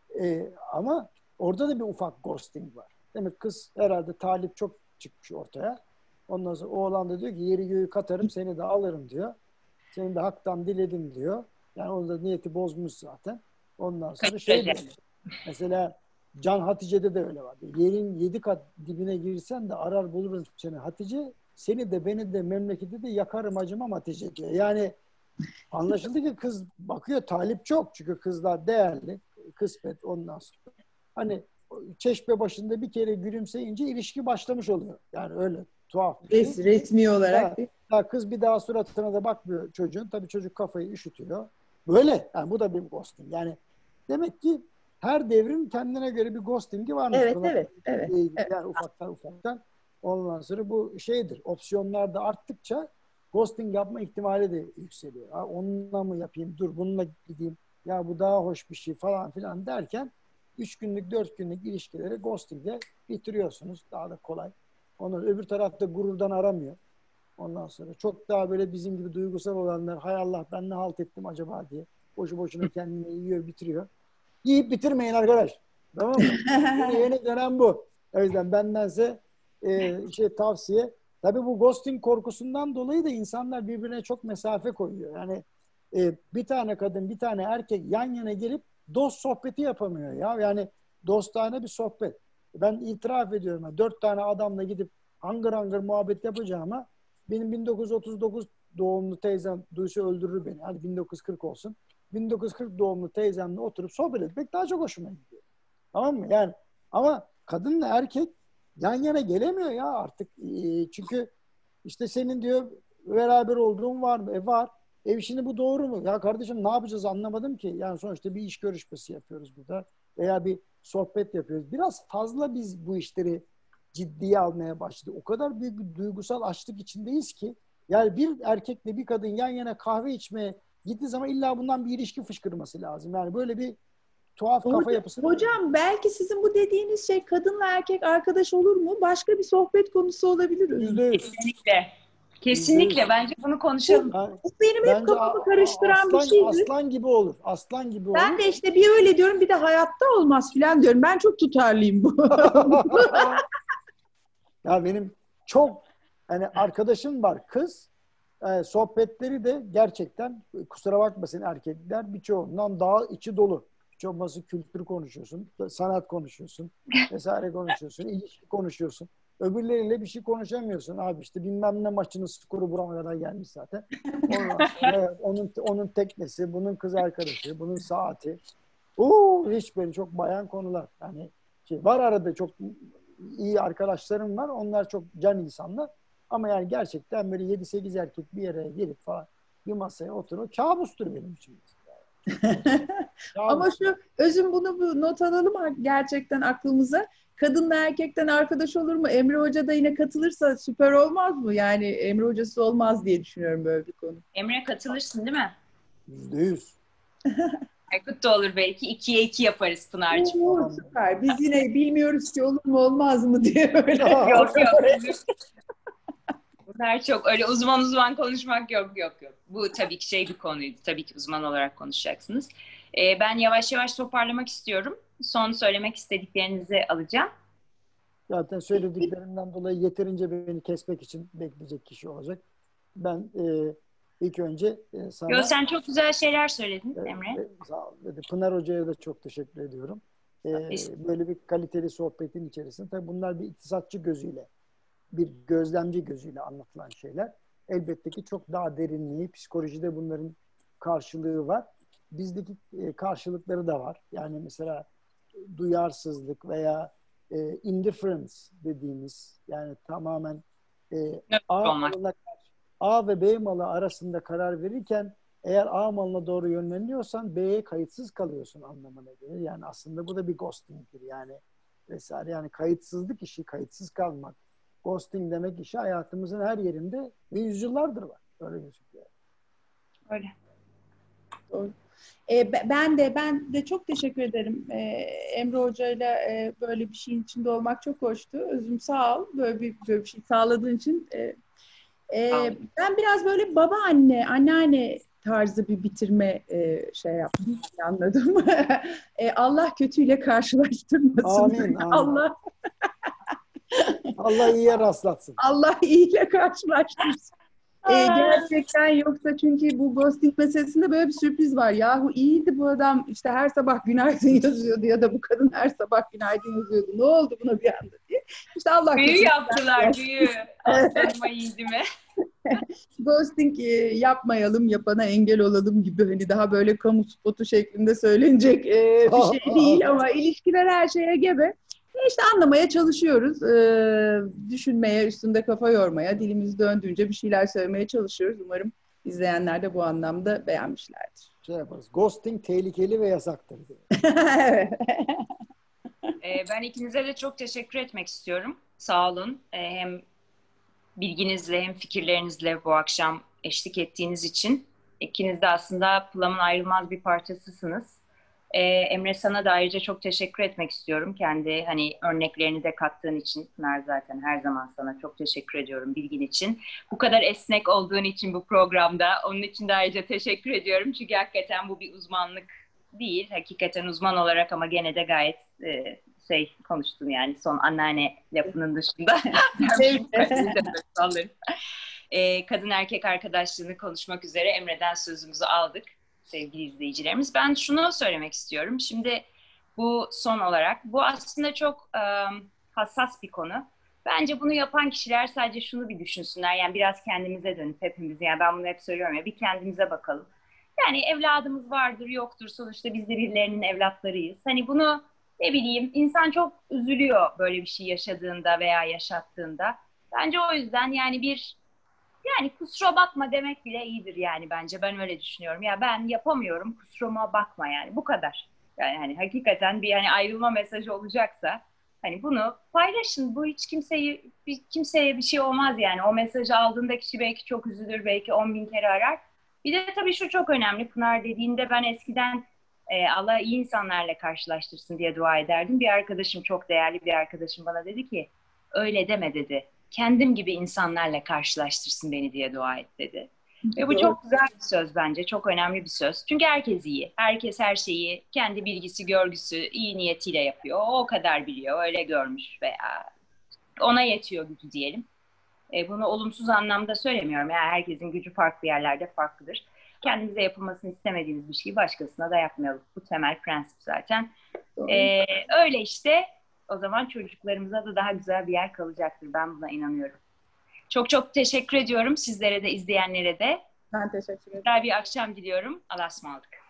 ama orada da bir ufak ghosting var. Demek kız herhalde talip çok çıkmış ortaya. Ondan sonra oğlan da diyor ki yeri göğü katarım seni de alırım diyor. Seni de haktan diledim diyor. Yani onun da niyeti bozmuş zaten. Ondan sonra şey diyor. Mesela Can Hatice'de de öyle vardı. Yerin 7 kat dibine girsen de arar bulurum seni Hatice. Seni de beni de memleketi de yakarım acımam Hatice diyor. Yani anlaşıldı ki kız bakıyor talip çok. Çünkü kızlar değerli. Kısmet ondan sonra. Hani çeşme başında bir kere gülümseyince ilişki başlamış oluyor. Yani öyle tuhaf bir şey. Resmi olarak. Kız bir daha suratına da bakmıyor çocuğun. Tabii çocuk kafayı üşütüyor. Böyle. Yani bu da bir ghosting. Yani demek ki her devrin kendine göre bir ghosting'i varmış. Evet. Yani ufaktan. Ondan sonra bu şeydir. Opsiyonlar da arttıkça ghosting yapma ihtimali de yükseliyor. Ha, onunla mı yapayım? Dur bununla gideyim. Ya bu daha hoş bir şey falan filan derken 3 günlük 4 günlük ilişkileri ghosting'e bitiriyorsunuz. Daha da kolay. Ondan öbür tarafta gururdan aramıyor. Ondan sonra çok daha böyle bizim gibi duygusal olanlar hay Allah ben ne halt ettim acaba diye boşu boşuna kendini yiyor bitiriyor. Yiyip bitirmeyin arkadaş. Tamam mı? Yeni dönem bu. O yüzden bendense tavsiye. Tabii bu ghosting korkusundan dolayı da insanlar birbirine çok mesafe koyuyor. Yani bir tane kadın bir tane erkek yan yana gelip dost sohbeti yapamıyor ya. Yani dostane bir sohbet. Ben itiraf ediyorum. 4 tane adamla gidip hangır hangır muhabbet yapacağıma benim 1939 doğumlu teyzem duysa öldürür beni. Hadi 1940 olsun. 1940 doğumlu teyzemle oturup sohbet etmek daha çok hoşuma gidiyor. Tamam mı? Yani ama kadınla erkek yan yana gelemiyor ya artık. Çünkü işte senin diyor beraber olduğun var mı? Var. Şimdi bu doğru mu? Ya kardeşim ne yapacağız anlamadım ki. Yani sonuçta bir iş görüşmesi yapıyoruz burada. Veya bir sohbet yapıyoruz. Biraz fazla biz bu işleri ciddiye almaya başladık. O kadar büyük bir duygusal açlık içindeyiz ki yani bir erkekle bir kadın yan yana kahve içmeye gittiği zaman illa bundan bir ilişki fışkırması lazım. Yani böyle bir tuhaf kafa yapısı. Hocam belki sizin bu dediğiniz şey kadınla erkek arkadaş olur mu? Başka bir sohbet konusu olabilir. %100. Kesinlikle. Kesinlikle. %100. Bence bunu konuşalım. Bu benim hep kafamı karıştıran bir şeydi. Aslan gibi olur. Aslan gibi olur. Ben de işte bir öyle diyorum bir de hayatta olmaz filan diyorum. Ben çok tutarlıyım bu. Ya benim çok hani arkadaşım var kız. Sohbetleri de gerçekten kusura bakmasın erkekler birçoğundan daha içi dolu. Hiç olmazsa kültür konuşuyorsun, sanat konuşuyorsun, vesaire konuşuyorsun, ilişki konuşuyorsun. Öbürleriyle bir şey konuşamıyorsun abi işte bilmem ne maçının skoru burama kadar gelmiş zaten. Ondan sonra onun teknesi, bunun kız arkadaşı, bunun saati. Hiç böyle çok bayan konular. Yani var arada çok iyi arkadaşlarım var. Onlar çok can insanlar. Ama yani gerçekten böyle 7-8 erkek bir yere gelip falan bir masaya oturup kabustur benim için. Ama şu özüm bunu not alalım gerçekten aklımıza. Kadınla erkekten arkadaş olur mu? Emre Hoca da yine katılırsa süper olmaz mı? Yani Emre Hocası olmaz diye düşünüyorum böyle bir konu. Emre katılırsın değil mi? %100. Aykut da olur belki. 2'ye 2 yaparız Pınar'cığım. Süper. Biz yine bilmiyoruz ki olur mu olmaz mı diye öyle. Yok. Bunlar çok öyle uzman konuşmak yok. Bu tabii ki bir konuydu. Tabii ki uzman olarak konuşacaksınız. Ben yavaş yavaş toparlamak istiyorum. Son söylemek istediklerinizi alacağım. Zaten söylediklerimden dolayı yeterince beni kesmek için bekleyecek kişi olacak. Ben ilk önce sana... Sen çok güzel şeyler söyledin Emre. Sağ ol. Pınar Hoca'ya da çok teşekkür ediyorum. Böyle bir kaliteli sohbetin içerisinde. Tabii bunlar bir iktisatçı gözüyle, bir gözlemci gözüyle anlatılan şeyler. Elbette ki çok daha derinliği, psikolojide bunların karşılığı var. Bizdeki karşılıkları da var. Yani mesela duyarsızlık veya indifference dediğimiz yani tamamen A ve B malı arasında karar verirken eğer A malına doğru yönleniyorsan B'ye kayıtsız kalıyorsun anlamına gelir. Yani aslında bu da bir ghosting'dir yani vesaire. Yani kayıtsızlık işi, kayıtsız kalmak. Ghosting demek işi hayatımızın her yerinde ve yüzyıllardır var. Öyle gözüküyor. Öyle. Doğru. Ben de çok teşekkür ederim. Emre Hoca'yla böyle bir şeyin içinde olmak çok hoştu. Özüm sağ ol. Böyle bir şey sağladığın için. Ben biraz böyle babaanne, anneanne tarzı bir bitirme şey yaptım, anladım. Allah kötüyle karşılaştırmasın. Amin, amin. Allah iyiye rastlatsın. Allah iyiyle karşılaştırsın. Gerçekten yoksa çünkü bu ghosting meselesinde böyle bir sürpriz var. Yahu iyiydi bu adam, işte her sabah günaydın yazıyordu ya da bu kadın her sabah günaydın yazıyordu. Ne oldu buna bir anda diye. İşte Allah büyü yaptılar, büyü. Aslanıma iyiydi mi? Ghosting yapmayalım, yapana engel olalım gibi hani daha böyle kamu spotu şeklinde söylenecek bir şey değil ama ilişkiler her şeye gebe. İşte anlamaya çalışıyoruz. Düşünmeye, üstünde kafa yormaya, dilimiz döndüğünce bir şeyler söylemeye çalışıyoruz. Umarım izleyenler de bu anlamda beğenmişlerdir. Şey yaparız. Ghosting tehlikeli ve yasaktır diye. Ben ikinize de çok teşekkür etmek istiyorum. Sağ olun. Hem bilginizle hem fikirlerinizle bu akşam eşlik ettiğiniz için. İkiniz de aslında Plum'un ayrılmaz bir parçasısınız. Emre, sana da ayrıca çok teşekkür etmek istiyorum. Kendi hani örneklerini de kattığın için. Pınar, zaten her zaman sana çok teşekkür ediyorum bilgin için. Bu kadar esnek olduğun için bu programda. Onun için de ayrıca teşekkür ediyorum. Çünkü hakikaten bu bir uzmanlık değil. Hakikaten uzman olarak ama gene de gayet konuştun yani son anneanne lafının dışında. Kadın erkek arkadaşlığını konuşmak üzere Emre'den sözümüzü aldık sevgili izleyicilerimiz. Ben şunu söylemek istiyorum. Şimdi bu son olarak, bu aslında çok hassas bir konu. Bence bunu yapan kişiler sadece şunu bir düşünsünler. Yani biraz kendimize dönüp hepimiz, yani ben bunu hep söylüyorum ya, bir kendimize bakalım. Yani evladımız vardır yoktur, sonuçta biz de birilerinin evlatlarıyız. Hani bunu ne bileyim, insan çok üzülüyor böyle bir şey yaşadığında veya yaşattığında. Bence o yüzden yani kusura bakma demek bile iyidir yani bence. Ben öyle düşünüyorum. Ya ben yapamıyorum, kusuruma bakma yani. Bu kadar. Yani hani hakikaten bir hani ayrılma mesajı olacaksa hani bunu paylaşın. Bu hiç kimseye bir şey olmaz yani. O mesajı aldığında kişi belki çok üzülür, belki 10.000 kere arar. Bir de tabii şu çok önemli. Pınar dediğinde ben eskiden Allah iyi insanlarla karşılaştırsın diye dua ederdim. Bir arkadaşım, çok değerli bir arkadaşım bana dedi ki öyle deme dedi. Kendim gibi insanlarla karşılaştırsın beni diye dua et dedi. Ve bu çok güzel bir söz bence. Çok önemli bir söz. Çünkü herkes iyi. Herkes her şeyi kendi bilgisi, görgüsü, iyi niyetiyle yapıyor. O kadar biliyor. Öyle görmüş veya ona yetiyor gücü diyelim. Bunu olumsuz anlamda söylemiyorum. Yani herkesin gücü farklı yerlerde farklıdır. Kendimize yapılmasını istemediğimiz bir şeyi başkasına da yapmayalım. Bu temel prensip zaten. Öyle işte. O zaman çocuklarımıza da daha güzel bir yer kalacaktır. Ben buna inanıyorum. Çok çok teşekkür ediyorum sizlere de, izleyenlere de. Ben teşekkür ederim. Güzel bir akşam diliyorum. Allah'a ısmarladık.